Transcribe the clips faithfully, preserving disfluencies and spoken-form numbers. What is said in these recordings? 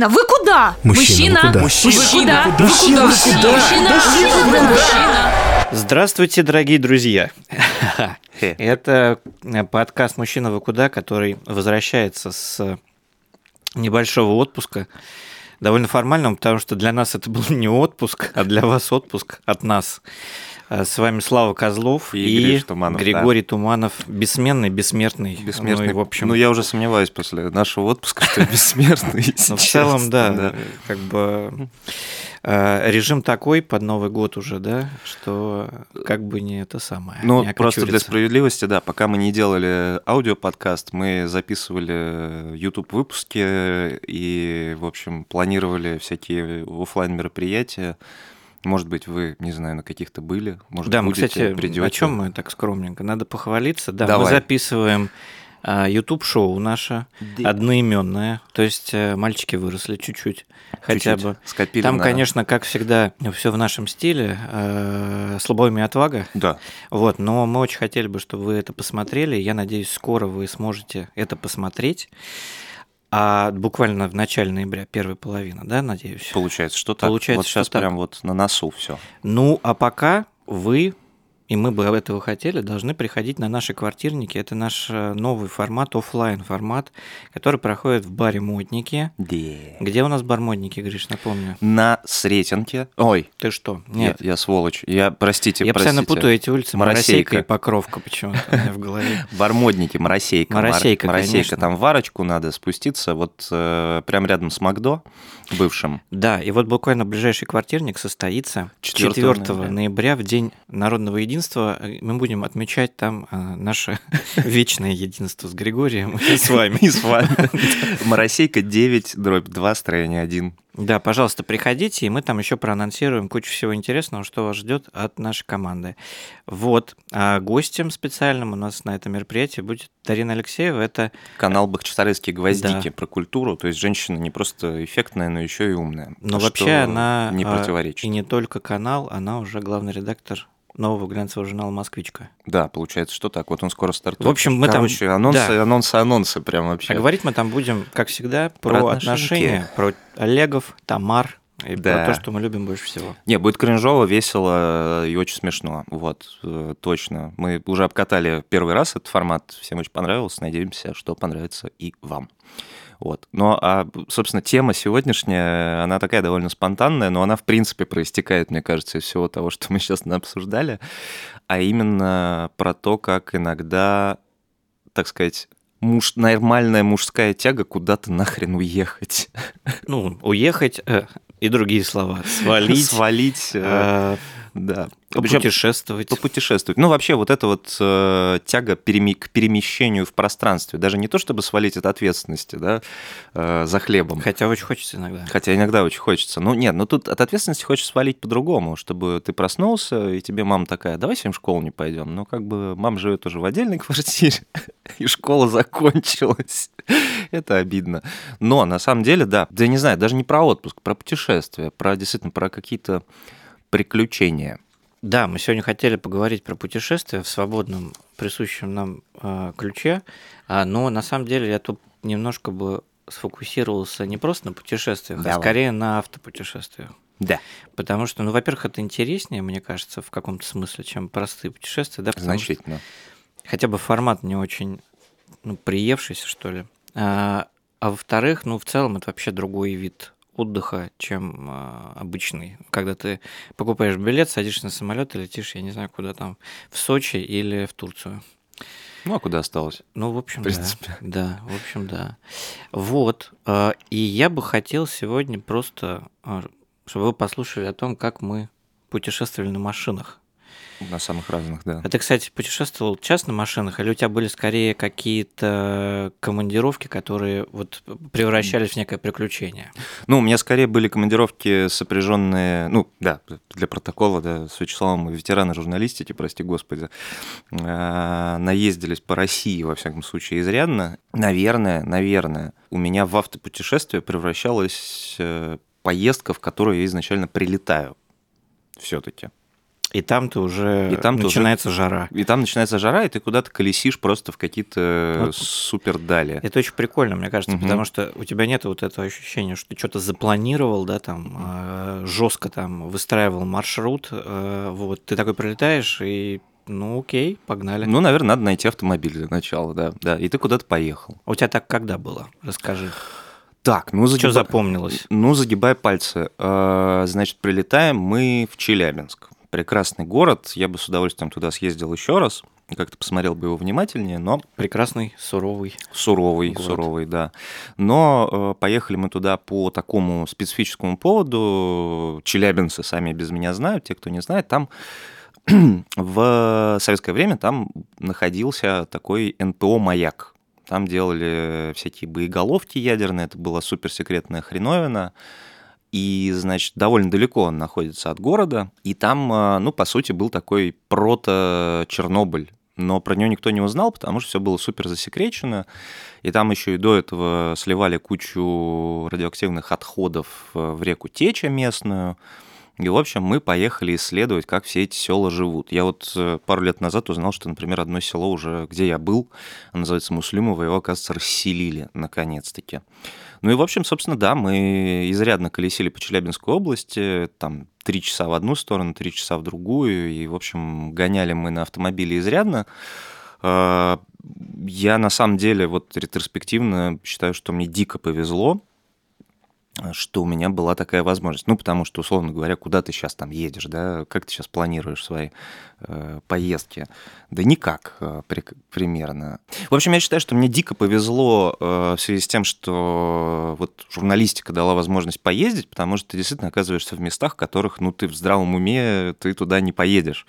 Мужчина, вы куда? Мужчина, Мужчина, вы куда? Мужчина, вы куда? Мужчина, вы куда? Здравствуйте, дорогие друзья! Это подкаст «Мужчина, вы куда?», который возвращается с небольшого отпуска, довольно формального, потому что для нас это был не отпуск, а для вас отпуск от нас. С вами Слава Козлов и, и Туманов, Григорий да. Туманов, бессменный, бессмертный. Бессмертный. Ну, и, в общем... ну, я уже сомневаюсь после нашего отпуска, что бессмертный. Ну, в целом, да, как бы режим такой под Новый год уже, да, что как бы не это самое. Ну, просто для справедливости, да, пока мы не делали аудиоподкаст, мы записывали YouTube-выпуски и, в общем, планировали всякие офлайн мероприятия. Может быть, вы, не знаю, на каких-то были, может, да, мы, будете, кстати, придете. О чем мы так скромненько? Надо похвалиться. Да, Давай. Мы записываем а, YouTube-шоу наше, да. одноименное. То есть мальчики выросли чуть-чуть, хотя чуть-чуть. бы. Скопили Там, на... конечно, как всегда, все в нашем стиле, э, слабоумие и отвага. Да. Вот, но мы очень хотели бы, чтобы вы это посмотрели. Я надеюсь, скоро вы сможете это посмотреть. А буквально в начале ноября, первая половина, да, надеюсь? Получается, что так. Получается, вот сейчас что прям так. вот на носу все. Ну, а пока вы, и мы бы этого хотели, должны приходить на наши квартирники. Это наш новый формат, офлайн формат, который проходит в баре «Модники». Да. Где у нас бар «Модники», Гриш, напомню? На Сретенке. Ой. Ты что? Нет. Я, я сволочь. Я, простите, Я простите. постоянно путаю эти улицы. Моросейка. Моросейка и Покровка почему-то у меня в голове. Бар «Модники», Моросейка. Моросейка, Моросейка. Там в арочку надо спуститься, вот э, прям рядом с Макдо бывшим. Да, и вот буквально ближайший квартирник состоится четвёртого ноября, в День народного единства. Мы будем отмечать там а, наше вечное единство с Григорием и с вами. И с вами. Моросейка девять, дробь два, строение один. Да, пожалуйста, приходите, и мы там еще проанонсируем кучу всего интересного, что вас ждет от нашей команды. Вот, а гостем специальным у нас на этом мероприятии будет Дарина Алексеева. Это канал «Бахчисарайские гвоздики» да. про культуру. То есть женщина не просто эффектная, но еще и умная. Но вообще она не противоречит. И не только канал, она уже главный редактор нового глянцевого журнала «Москвичка». Да, получается, что так. Вот он скоро стартует. В общем, мы Короче, там... анонсы, да. анонсы, анонсы прям вообще. А говорить мы там будем, как всегда, про, про отношения, про Олегов, Тамар и да. про то, что мы любим больше всего. Не, будет кринжово, весело и очень смешно. Вот, точно. Мы уже обкатали первый раз этот формат, всем очень понравился. Надеемся, что понравится и вам. Вот. Но, а, собственно, тема сегодняшняя, она такая довольно спонтанная, но она, в принципе, проистекает, мне кажется, из всего того, что мы сейчас обсуждали, а именно про то, как иногда, так сказать, муж... нормальная мужская тяга куда-то нахрен уехать. Ну, уехать э, и другие слова. Свалить. Свалить, э, да. Попутешествовать. Попутешествовать. Ну, вообще, вот эта вот э, тяга переми- к перемещению в пространстве. Даже не то, чтобы свалить от ответственности, да, э, за хлебом. Хотя очень хочется иногда. Хотя иногда очень хочется. Ну, нет, ну тут от ответственности хочется свалить по-другому, чтобы ты проснулся, и тебе мама такая, давай сегодня в школу не пойдем. Ну, как бы мама живет уже в отдельной квартире, и школа закончилась. Это обидно. Но на самом деле, да, да, не знаю, даже не про отпуск, про путешествия, про действительно про какие-то приключения. Да, мы сегодня хотели поговорить про путешествия в свободном, присущем нам э, ключе, а, но на самом деле я тут немножко бы сфокусировался не просто на путешествиях, Давай. а скорее на автопутешествиях. Да. Потому что, ну, во-первых, это интереснее, мне кажется, в каком-то смысле, чем простые путешествия. Да, значительно. Хотя бы формат не очень, ну, приевшийся, что ли. А, а во-вторых, ну, в целом это вообще другой вид отдыха, чем а, обычный. Когда ты покупаешь билет, садишься на самолет и летишь, я не знаю, куда там, в Сочи или в Турцию. Ну, а куда осталось? Ну, в общем, в принципе. да. Да, в общем, да. Вот. И я бы хотел сегодня просто, чтобы вы послушали о том, как мы путешествовали на машинах. На самых разных, да. А ты, кстати, путешествовал часто на машинах, или у тебя были скорее какие-то командировки, которые вот превращались в некое приключение? Ну, у меня скорее были командировки, сопряженные, ну, да, для протокола, да, с Вячеславом, мы ветераны журналистики, прости господи, наездились по России, во всяком случае, изрядно. Наверное, наверное, у меня в автопутешествие превращалась поездка, в которую я изначально прилетаю все-таки. И там ты уже И там ты начинается уже- жара. И там начинается жара, и ты куда-то колесишь просто в какие-то Вот. супер дали. Это очень прикольно, мне кажется, Мгм. потому что у тебя нет вот этого ощущения, что ты что-то запланировал, да, там, жестко там выстраивал маршрут, э, вот, ты такой прилетаешь и, ну, окей, погнали. Ну, наверное, надо найти автомобиль для начала, да. Да, и ты куда-то поехал. А у тебя так когда было? Расскажи. Так, ну, Что загиба- запомнилось? ну загибай пальцы. Э, Значит, прилетаем мы в Челябинск. Прекрасный город. Я бы с удовольствием туда съездил еще раз. Как-то посмотрел бы его внимательнее, но Прекрасный, суровый. суровый, Город. суровый, да. Но э, поехали мы туда по такому специфическому поводу. Челябинцы сами без меня знают, те, кто не знает, там в советское время там находился такой эн пэ о «Маяк». Там делали всякие боеголовки ядерные, это была суперсекретная хреновина. И, значит, довольно далеко он находится от города. И там, э, ну, по сути, был такой прото-Чернобыль. Но про него никто не узнал, потому что все было супер засекречено. И там еще и до этого сливали кучу радиоактивных отходов э, в реку Теча местную. И, в общем, мы поехали исследовать, как все эти села живут. Я вот э, пару лет назад узнал, что, например, одно село уже, где я был, оно называется Муслюмово, его, оказывается, расселили наконец-таки. Ну и, в общем, собственно, да, мы изрядно колесили по Челябинской области, там три часа в одну сторону, три часа в другую, и, в общем, гоняли мы на автомобиле изрядно. Э, Я, на самом деле, вот ретроспективно считаю, что мне дико повезло, что у меня была такая возможность. Ну, потому что, условно говоря, куда ты сейчас там едешь, да, как ты сейчас планируешь свои э, поездки? Да никак, э, при- примерно. В общем, я считаю, что мне дико повезло э, в связи с тем, что вот журналистика дала возможность поездить, потому что ты действительно оказываешься в местах, в которых, ну, ты в здравом уме, ты туда не поедешь.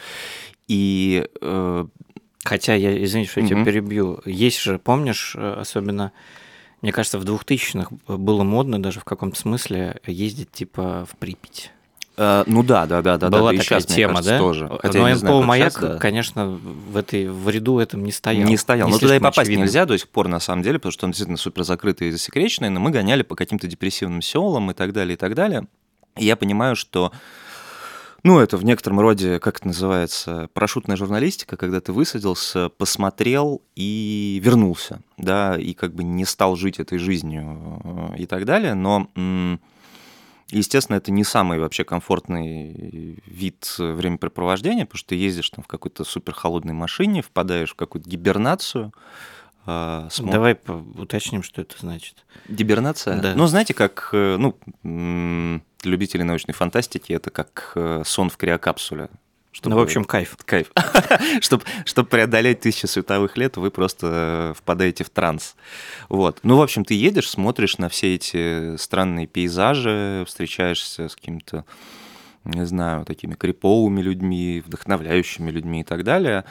И э, Хотя, я, извини, что я тебя Мгм. перебью, есть же, помнишь, э, особенно, мне кажется, в двухтысячных было модно даже в каком-то смысле ездить типа в Припять. э, ну да, да, да, да, Была да, и такая щас, мне тема, кажется, да? тоже. Хотя Но я не знаю, эн пэ о как «Маяк», щас, да. конечно, в, этой, в ряду этом не стоял. Не стоял. Но туда и слишком попасть очевидно. нельзя до сих пор, на самом деле, потому что он действительно супер закрытый и засекреченный, но мы гоняли по каким-то депрессивным селам и так далее, и так далее. И я понимаю, что, ну, это в некотором роде, как это называется, парашютная журналистика, когда ты высадился, посмотрел и вернулся, да, и как бы не стал жить этой жизнью э, и так далее, но... м, Естественно, это не самый вообще комфортный вид времяпрепровождения, потому что ты ездишь там в какой-то супер холодной машине, впадаешь в какую-то гибернацию. а, смо- Давай по- уточним, что это значит. Гибернация? Да. Ну, знаете, как, э, ну, м, любители научной фантастики, это как э, сон в криокапсуле. Ну, в общем, кайф. Кайф. Чтобы чтоб преодолеть тысячи световых лет, вы просто э, впадаете в транс. Вот. Ну, в общем, ты едешь, смотришь на все эти странные пейзажи, встречаешься с какими-то, не знаю, такими криповыми людьми, вдохновляющими людьми и так далее.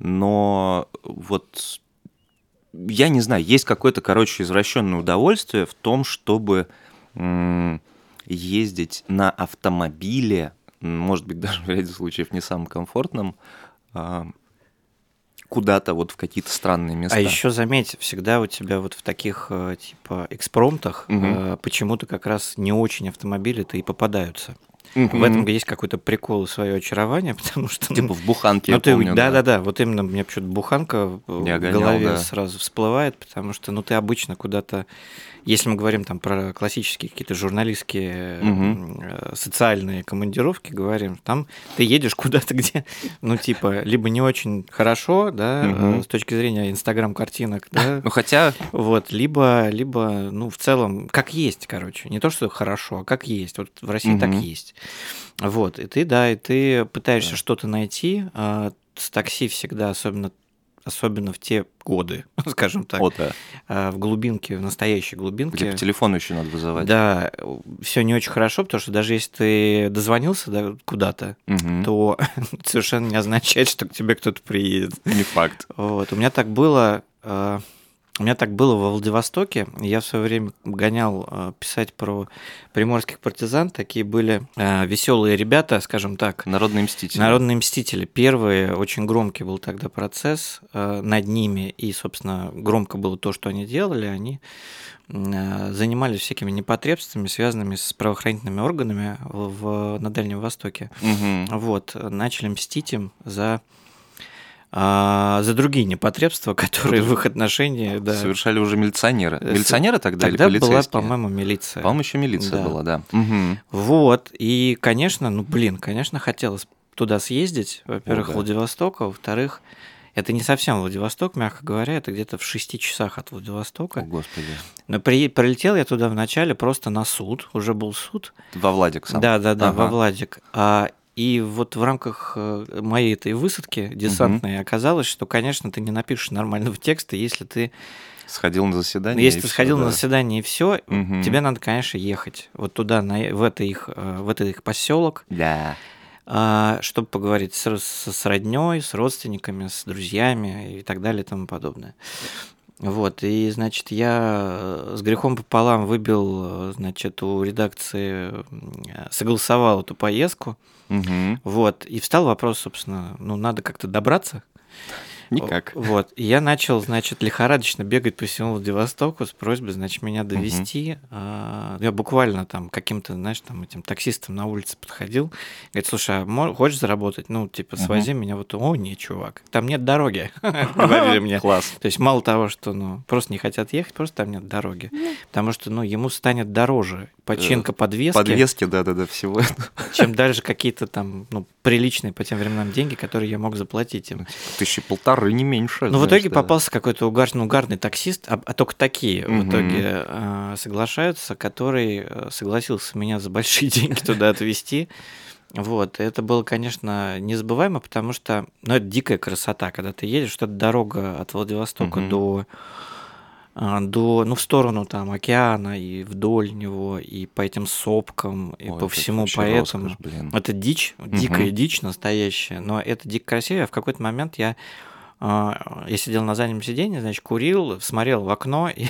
Но вот я не знаю, есть какое-то, короче, извращенное удовольствие в том, чтобы м, ездить на автомобиле, может быть, даже в ряде случаев не самым комфортным, а, куда-то вот в какие-то странные места. А еще заметь, всегда у тебя вот в таких э, типа экспромтах Мгм. э, почему-то как раз не очень автомобили-то и попадаются. Мгм. В этом есть какой-то прикол и свое очарование, потому что... Типа ну, в буханке, ну, я ты, помню, да, да, да, вот именно мне почему-то буханка в Я в гонял, голове да. сразу всплывает, потому что, ну, ты обычно куда-то, если мы говорим там про классические какие-то журналистские, Мгм. э, социальные командировки, говорим, там ты едешь куда-то, где, ну, типа, либо не очень хорошо, да, Мгм. э, с точки зрения инстаграм-картинок, да, Ну, хотя, вот, либо, либо, ну, в целом, как есть, короче, не то, что хорошо, а как есть. Вот в России так Мгм. есть. Вот, и ты, да, и ты пытаешься что-то найти. а, С такси всегда, особенно, особенно в те годы, скажем так, вот, да, а, в глубинке, в настоящей где глубинке. по телефону еще надо вызывать. Да, все не очень хорошо, потому что даже если ты дозвонился да, куда-то, Мгм. то совершенно не означает, что к тебе кто-то приедет. Не факт. Вот. У меня так было, э, У меня так было во Владивостоке. Я в свое время гонял э, писать про приморских партизан. Такие были э, веселые ребята, скажем так. Народные мстители. Народные мстители. Первый, очень громкий был тогда процесс э, над ними. И, собственно, громко было то, что они делали. Они э, занимались всякими непотребствами, связанными с правоохранительными органами в, в, на Дальнем Востоке. Угу. Вот. Начали мстить им за... А, за другие непотребства, которые в их отношении да, совершали уже милиционеры. Милиционеры тогда, тогда или была, полицейские? по-моему, милиция. По-моему, еще милиция Да. была, да. Угу. Вот, и, конечно, ну, блин, конечно, хотелось туда съездить, во-первых, О, да. Владивосток, а во-вторых, это не совсем Владивосток, мягко говоря, это где-то в шести часах от Владивостока. О, Господи. Но при, прилетел я туда вначале просто на суд, уже был суд. Во Владик сам. Да-да-да, Ага. во Владик. А, и вот в рамках э, моей этой высадки десантной оказалось, что, конечно, ты не напишешь нормального текста, если ты Сходил на заседание. Если и ты всё, сходил да. на заседание и все, Мгм. тебе надо, конечно, ехать вот туда, на, в, это их, э, в этот их поселок, Да. чтобы поговорить с, рос- с родней, с родственниками, с друзьями и так далее и тому подобное. Вот, и, значит, я э, с грехом пополам выбил, э, значит, у редакции, э, согласовал эту поездку, Мгм. вот, и встал вопрос, собственно, ну, надо как-то добраться. Никак. Вот. И я начал, значит, лихорадочно бегать по всему Владивостоку с просьбой, значит, меня довести. А, Я буквально там каким-то, знаешь, там этим таксистом на улице подходил. Говорит, слушай, а мо- хочешь заработать? Ну, типа, свози меня вот. О, не, чувак, там нет дороги, говорили мне. Класс. То есть мало того, что ну, просто не хотят ехать, просто там нет дороги. Потому что ну, ему станет дороже починка подвески, Подвески, да-да-да, всего. чем даже какие-то там ну, приличные по тем временам деньги, которые я мог заплатить им. Тысячи полторы, не меньше. Ну, в знаешь, итоге да. попался какой-то угар, ну, угарный таксист, а, а только такие Мгм. в итоге э, соглашаются, который э, согласился меня за большие деньги туда отвезти. Вот, и это было, конечно, незабываемо, потому что, ну, это дикая красота, когда ты едешь, что это дорога от Владивостока Мгм. до, а, до, ну, в сторону там океана и вдоль него, и по этим сопкам, и Ой, по это всему вообще поэтому. роскошь, блин. Это дичь, дикая дичь настоящая, но это дико красиво. А в какой-то момент я, а, я сидел на заднем сиденье, значит, курил, смотрел в окно и,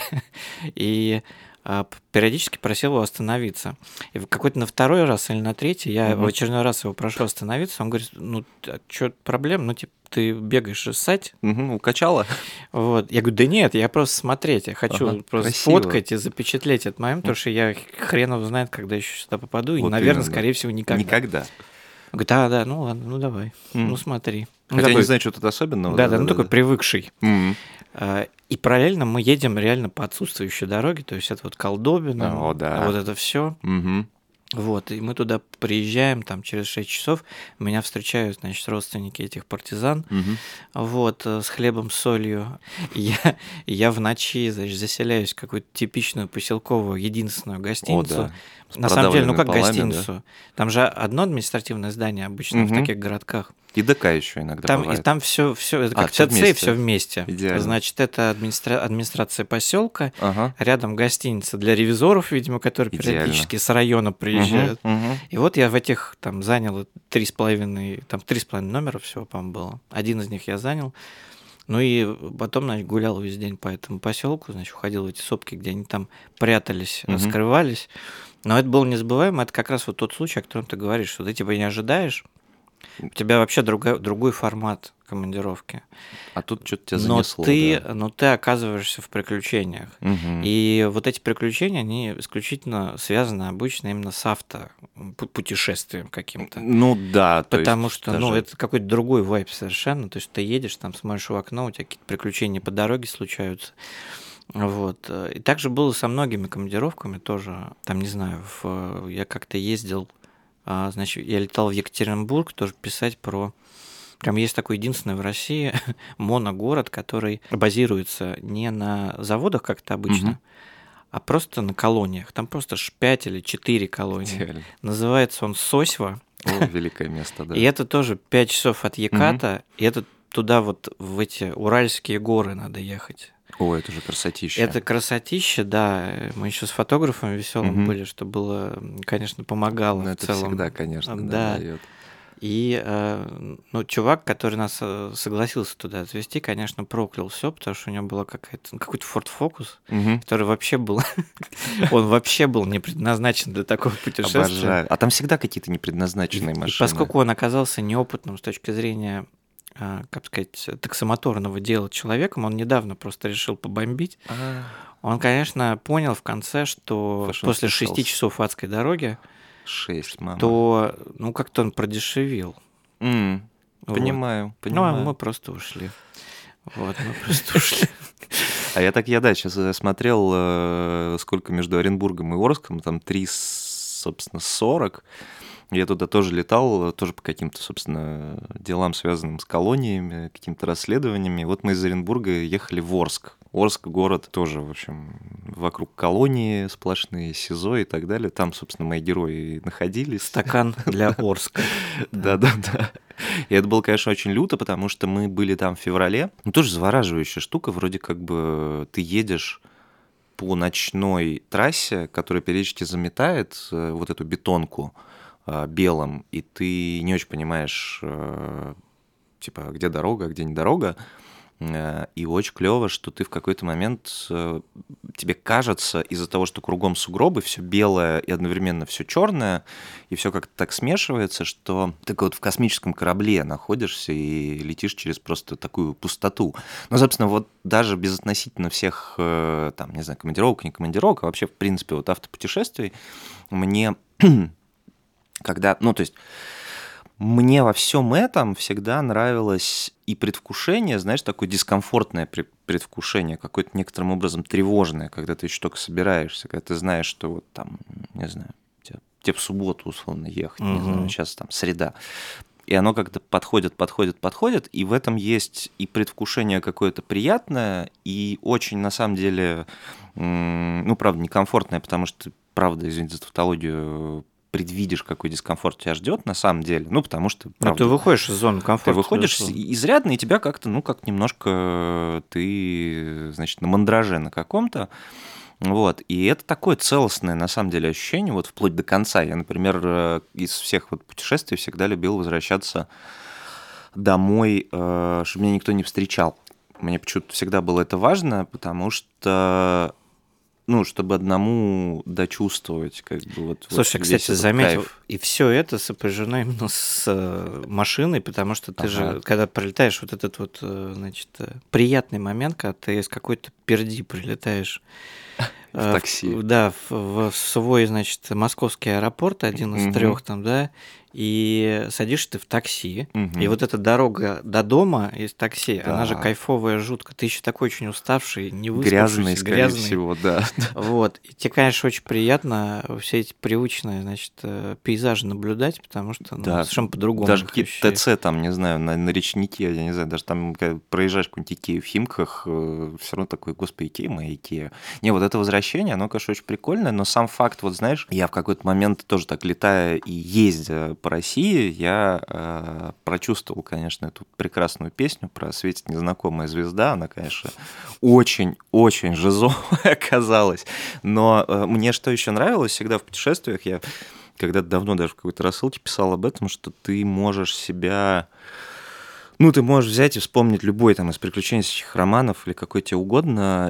и а, п- периодически просил его остановиться. И в какой-то на второй раз или на третий я Мгм. в очередной раз его прошу остановиться. Он говорит, ну, что проблема? Ну, типа, ты бегаешь ссать? Мгм, укачало? Вот. Я говорю, да нет, я просто смотреть, я хочу Ага, просто красиво. сфоткать и запечатлеть этот момент, потому что я хрен его знает, когда еще сюда попаду, и, Вот наверное, именно. скорее всего, никогда. Никогда. Он говорит, да, да, ну ладно, ну давай, М. ну смотри. Ну, Хотя я такой- не знаю, что тут особенного. да, да, ну такой привыкший. Мгм. А, И параллельно мы едем реально по отсутствующей дороге, то есть это вот Колдобино, О, да. вот это все. Мгм. Вот, и мы туда приезжаем, там через шесть часов меня встречают, значит, родственники этих партизан, Мгм. вот, э, с хлебом, с солью. И Я, и я в ночи, значит, заселяюсь в какую-то типичную поселковую единственную О, гостиницу. да. С На самом деле, ну как продавленными полами, да? гостиницу? Там же одно административное здание обычно в Мгм. таких городках. И ДК еще иногда Там, и бывает. там все, все это А, как всё ТЦ, вместе. все вместе. Идеально. Значит, это администра- администрация поселка, Ага. рядом гостиница для ревизоров, видимо, которые Идеально. периодически с района приезжают. Мгм, мгм. И вот я в этих там занял три с половиной, там три с половиной номера всего, по-моему, было. Один из них я занял. Ну и потом, значит, гулял весь день по этому поселку, значит, уходил в эти сопки, где они там прятались, Мгм. скрывались. Но это было незабываемо, это как раз вот тот случай, о котором ты говоришь, что ты типа не ожидаешь, у тебя вообще друга- другой формат командировки. А тут что-то тебя Но занесло. ты, да. но ты оказываешься в приключениях. Мгм. И вот эти приключения, они исключительно связаны обычно именно с автопутешествием каким-то. Ну да, то Потому есть что, ну, даже- это какой-то другой вайб совершенно. То есть ты едешь, там смотришь в окно, у тебя какие-то приключения по дороге случаются. Вот. И также было со многими командировками тоже. Там, не знаю, в- я как-то ездил, а, значит, я летал в Екатеринбург тоже писать про... Там есть такой единственный в России моногород, который базируется не на заводах, как это обычно, Мгм. а просто на колониях. Там просто ж пять или четыре колонии. Идеально. Называется он Сосьва. О, великое место, да. И это тоже пять часов от Еката, и это туда вот в эти Уральские горы надо ехать. О, это же красотища. Это красотища, да. Мы еще с фотографом веселым Мгм. были, что было, м, конечно, помогало Ну, в это целом. всегда, конечно, Да. да, даёт. И э, ну, чувак, который нас э, согласился туда отвезти, конечно, проклял все, потому что у него была какая-то, ну, какой-то Ford Focus, Мгм. который вообще был, он вообще был не предназначен для такого путешествия. Обожаю. А там всегда какие-то И, непредназначенные и машины. поскольку он оказался неопытным с точки зрения, э, как сказать, таксомоторного дела человеком, он недавно просто решил побомбить. А, Он, конечно, понял в конце, что Фашист после шести решался. часов адской дороги, Шесть, мама. то, ну, как-то он продешевил. М, Вот. Понимаю, Ну, а понимаю. мы просто ушли. Вот, мы просто ушли. А я так, я, да, сейчас смотрел, э, сколько между Оренбургом и Орском, там три, собственно, сорок. Я туда тоже летал, тоже по каким-то, собственно, делам, связанным с колониями, какими-то расследованиями. Вот мы из Оренбурга ехали в Орск. Орск — город тоже, в общем, вокруг колонии сплошные, СИЗО и так далее. Там, собственно, мои герои и находились. Стакан для Орска. Да-да-да. И это было, конечно, очень люто, потому что мы были там в феврале. Ну, тоже завораживающая штука. Вроде как бы ты едешь по ночной трассе, которая периодически заметает э, вот эту бетонку э, белым, и ты не очень понимаешь, э, типа, где дорога, а где не дорога. Э, И очень клево, что ты в какой-то момент, э, тебе кажется, из-за того, что кругом сугробы, все белое и одновременно все черное, и все как-то так смешивается, что ты как вот в космическом корабле находишься и летишь через просто такую пустоту. Ну, собственно, вот даже безотносительно всех, э, там, не знаю, командировок, не командировок, а вообще, в принципе, вот автопутешествий, мне, когда, ну, то есть, мне во всем этом всегда нравилось и предвкушение, знаешь, такое дискомфортное пре- предвкушение, какое-то некоторым образом тревожное, когда ты еще только собираешься, когда ты знаешь, что вот там, не знаю, тебе, тебе в субботу условно ехать, не знаю, Мгм. сейчас там среда. И оно как-то подходит, подходит, подходит, и в этом есть и предвкушение какое-то приятное, и очень, на самом деле, м, ну, правда, некомфортное, потому что ты, правда, извините за тавтологию, предвидишь, какой дискомфорт тебя ждет на самом деле. Ну, потому что, Ну, правда, ты выходишь из зоны ты комфорта. выходишь безусловно. изрядно, и тебя как-то, ну, как немножко ты, значит, на мандраже на каком-то. Вот, и это такое целостное, на самом деле, ощущение, вот вплоть до конца. Я, например, э, из всех вот путешествий всегда любил возвращаться домой, э, чтобы меня никто не встречал. Мне почему-то всегда было это важно, потому что, ну, чтобы одному дочувствовать, как бы вот, вот Слушай, весь кстати, этот заметил, кайф. и все это сопряжено именно с э, машиной, потому что ты Ага. же, когда прилетаешь, вот этот вот, э, значит, э, приятный момент, когда ты из какой-то перди прилетаешь В э, такси. в- да, в, в свой, значит, московский аэропорт, один из Мгм. трех там, да, и садишься ты в такси, Мгм. и вот эта дорога до дома из такси, она же Да. кайфовая, жутко. Ты еще такой очень уставший, не Грязный, выспавшийся, скорее грязный. всего, да. Вот. И тебе, конечно, очень приятно все эти привычные, значит, э, пейзажи наблюдать, потому что ну, Да, совершенно по-другому даже их какие-то ощущаешь. ТЦ там, не знаю, на, на речнике, я не знаю, даже там, когда проезжаешь какую-нибудь Икею в Химках, все равно такой, господи, Икея моя Икея. Не, вот это возвращение, оно, конечно, очень прикольное, но сам факт, вот знаешь, я в какой-то момент тоже так летая и ездя по России, я э, прочувствовал, конечно, эту прекрасную песню про «Светит незнакомая звезда», она, конечно, очень-очень жизовая оказалась, но э, мне что еще нравилось всегда в путешествиях, я когда-то давно даже в какой-то рассылке писал об этом, что ты можешь себя... Ну, ты можешь взять и вспомнить любой там из приключенческих романов или какой тебе угодно,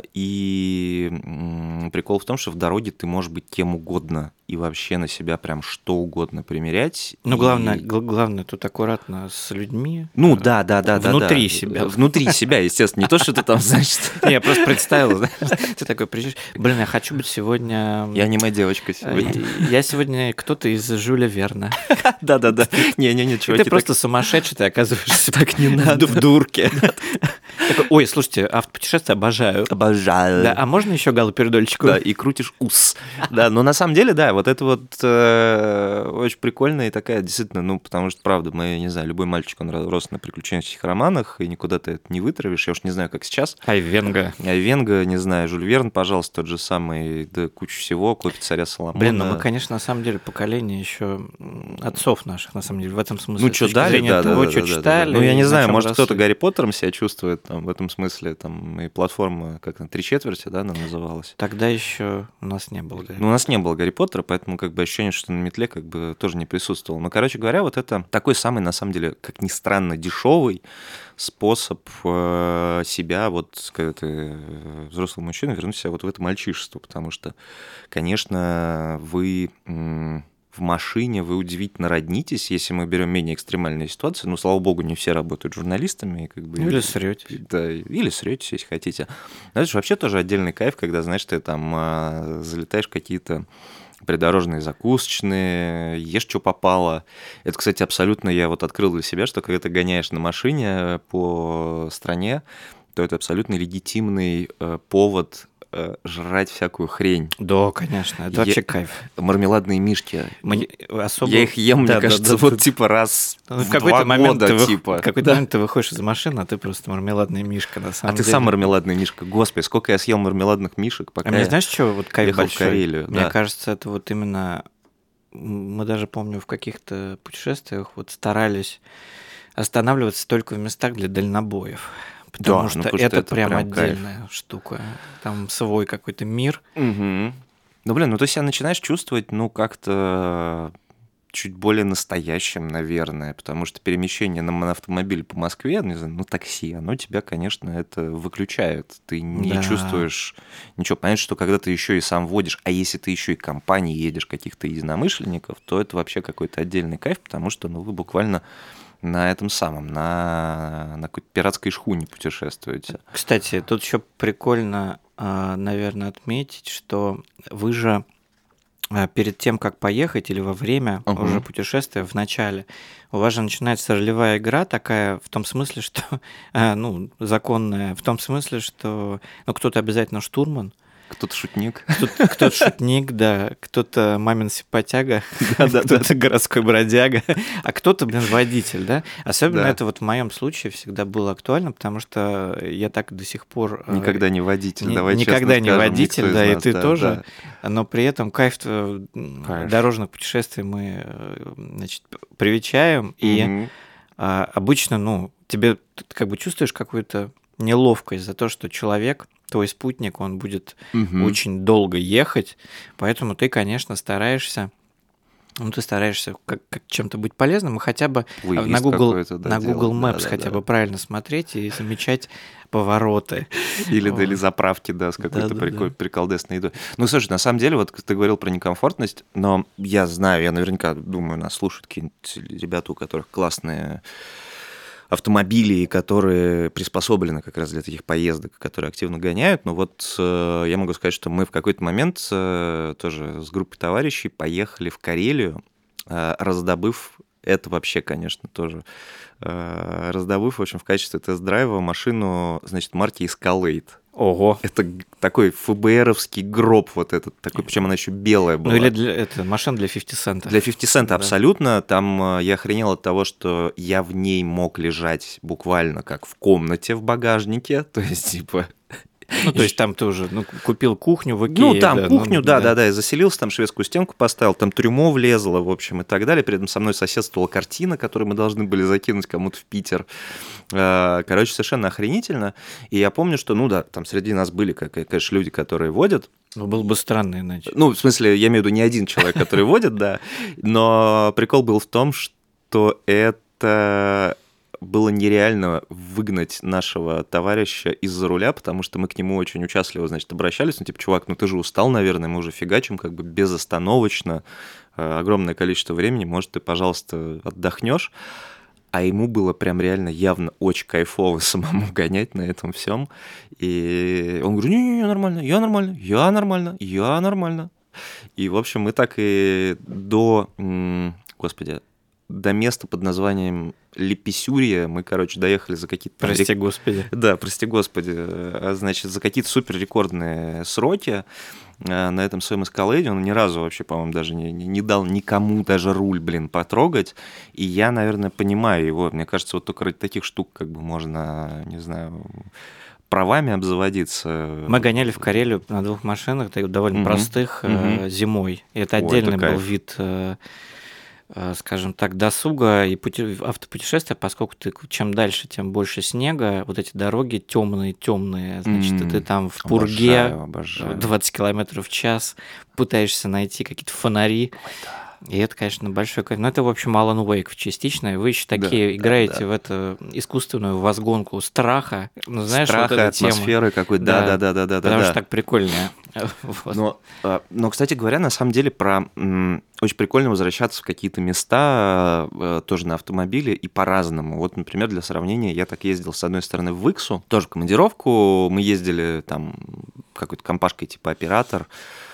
и м, прикол в том, что в дороге ты можешь быть кем угодно и вообще на себя прям что угодно примерять. Ну, и- главное, гл- главное тут аккуратно с людьми. Ну, э, да, да, да, да. внутри да. себя. Внутри себя, естественно. Не то, что ты там, значит... Не, Я просто представил, знаешь, ты такой приезжаешь, блин, я хочу быть сегодня... Я аниме-девочка э, сегодня. Я сегодня кто-то из Жюля Верна. Да-да-да. Не-не-не, И чуваки, ты просто сумасшедший, ты оказываешься так не надо. в дурке. Такой, ой, слушайте, автопутешествия обожаю. Обожаю. Да, а можно еще галоперидольчику? Да, и крутишь ус. Да, но на самом деле, да, вот это вот э, очень прикольная и такая, действительно, ну, потому что, правда, мы, не знаю, любой мальчик, он рос на приключенческих романах, и никуда ты это не вытравишь. Я уж не знаю, как сейчас. Айвенго. Айвенго, не знаю, Жюль Верн, пожалуйста, тот же самый, да, кучу всего, «Копия царя Соломона». Блин, ну мы, конечно, на самом деле поколение еще отцов наших, на самом деле, в этом смысле. Ну, с что точки дали, зрения да, да, того, да, что да, да, да. читали. Ну, я и не на знаю, чем может, кто-то росли. Гарри Поттером себя чувствует там, в этом смысле, там, и платформа, как там, «Три четверти», да, она называлась. Тогда еще у нас не было. Гарри. Ну, у нас не было Гарри Поттера, поэтому как бы ощущение, что на метле как бы тоже не присутствовало. Но, короче говоря, вот это такой самый, на самом деле, как ни странно, дешевый способ э, себя, вот когда ты взрослый мужчина, вернуть себя вот в это мальчишество, потому что, конечно, вы... М- в машине вы удивительно роднитесь, если мы берем менее экстремальные ситуации. Ну, слава богу, не все работают журналистами. Как бы, или сретесь. Да, или сретесь, если хотите. Знаешь, вообще тоже отдельный кайф, когда, знаешь, ты там а, залетаешь в какие-то придорожные закусочные, ешь, что попало. Это, кстати, абсолютно я вот открыл для себя, что когда ты гоняешь на машине по стране, то это абсолютно легитимный э, повод жрать всякую хрень. Да, конечно, это Я... вообще кайф. Мармеладные мишки. Мы... Особо... Я их ем, да, мне да, кажется, да, вот да. типа раз ну, в, в какой-то два момент года, ты типа. В какой-то да. момент ты выходишь из машины, а ты просто мармеладный мишка, на самом а деле. А ты сам мармеладный мишка. Господи, сколько я съел мармеладных мишек, пока а мне знаешь, что вот кайф ехал большой? в Карелию. Мне да. кажется, это вот именно... Мы даже, помню, в каких-то путешествиях вот старались останавливаться только в местах для дальнобоев. Потому, да, что, ну, потому это что это прям, прям отдельная кайф. штука. Там свой какой-то мир. Угу. Ну, блин, ну ты себя начинаешь чувствовать, ну, как-то чуть более настоящим, наверное, потому что перемещение на автомобиле по Москве, не знаю, ну, такси, оно тебя, конечно, это выключает. Ты не да. чувствуешь ничего. Понятно, что когда ты еще и сам водишь, а если ты еще и компанией едешь каких-то единомышленников, то это вообще какой-то отдельный кайф, потому что, ну, вы буквально на этом самом, на, на какой-то пиратской шхуне путешествуете. Кстати, тут еще прикольно, наверное, отметить, что вы же перед тем, как поехать, или во время uh-huh. уже путешествия, в начале, у вас же начинается ролевая игра такая, в том смысле, что, ну, законная, в том смысле, что, ну, кто-то обязательно штурман, кто-то шутник. Кто-то, кто-то шутник, да, кто-то мамин симпатяга, кто-то городской бродяга, а кто-то, блин, водитель, да? Особенно да. это вот в моем случае всегда было актуально, потому что я так до сих пор... Никогда не водитель, не, давай Никогда честно не скажем, водитель, да, нас, и ты да, тоже, да. но при этом кайф, кайф дорожных путешествий мы, значит, привечаем, и mm-hmm. а, обычно, ну, тебе, ты как бы чувствуешь какую-то неловкость за то, что человек... твой спутник, он будет угу. очень долго ехать, поэтому ты, конечно, стараешься, ну, ты стараешься как, как чем-то быть полезным, и хотя бы Выезд на Google, да, на Google делать. Maps да, хотя да, бы да. правильно смотреть и замечать повороты. Или, да, или заправки, да, с какой-то да, прикол, да. приколдесной едой. Ну, слушай, на самом деле, вот ты говорил про некомфортность, но я знаю, я наверняка думаю, нас слушают какие-нибудь ребята, у которых классные... автомобили, которые приспособлены как раз для таких поездок, которые активно гоняют. Но вот э, я могу сказать, что мы в какой-то момент э, тоже с группой товарищей поехали в Карелию, э, раздобыв, это вообще, конечно, тоже, э, раздобыв, в общем, в качестве тест-драйва машину, значит, марки Escalade. Ого. Это такой ФБРовский гроб вот этот, такой, причем она еще белая была. Ну или для, это машина для пятьдесят цента. Для пятьдесят цента, да. Абсолютно. Там я охренел от того, что я в ней мог лежать буквально как в комнате в багажнике, то есть типа... Ну, то есть там ты уже ну, купил кухню в Икее. Ну, там да, кухню, ну, да, да, да, да, я заселился, там шведскую стенку поставил, там трюмо влезло, в общем, и так далее. При этом со мной соседствовала картина, которую мы должны были закинуть кому-то в Питер. Короче, совершенно охренительно. И я помню, что, ну да, там среди нас были, конечно, люди, которые водят. Ну, было бы странно иначе. Ну, в смысле, я имею в виду не один человек, который водит, да. Но прикол был в том, что это... было нереально выгнать нашего товарища из-за руля, потому что мы к нему очень участливо, значит, обращались. Ну, типа, чувак, ну ты же устал, наверное, мы уже фигачим как бы безостановочно огромное количество времени, может, ты, пожалуйста, отдохнешь. А ему было прям реально явно очень кайфово самому гонять на этом всем. И он говорит, не-не-не, нормально, я нормально, я нормально, я нормально. И, в общем, мы так и до, господи, до места под названием Леписюрия мы, короче, доехали за какие-то... Прости господи. Да, прости господи. Значит, за какие-то суперрекордные сроки на этом своем Escalade. Он ни разу вообще, по-моему, даже не, не дал никому даже руль, блин, потрогать. И я, наверное, понимаю его. Мне кажется, вот только ради таких штук как бы можно, не знаю... правами обзаводиться. Мы гоняли в Карелию на двух машинах, довольно mm-hmm. простых, mm-hmm. зимой. И это отдельный Ой, это был вид э, скажем так, досуга и пути... автопутешествия, поскольку ты чем дальше, тем больше снега, вот эти дороги темные, темные, значит, и ты там в пурге Обожаю, обожаю. двадцать километров в час пытаешься найти какие-то фонари. И это, конечно, большой кайф. Но это, в общем, Alan Wake частично. И вы еще такие Да, играете да, да. в эту искусственную возгонку страха. Ну, знаешь, Страха, вот эта тема. атмосферы какой-то. Да. Да-да-да-да-да. Потому что так прикольно. Вот. Но, а, но, кстати говоря, на самом деле про м, очень прикольно возвращаться в какие-то места э, тоже на автомобиле и по-разному. Вот, например, для сравнения, я так ездил с одной стороны в Иксу, тоже в командировку. Мы ездили там какой-то компашкой типа оператор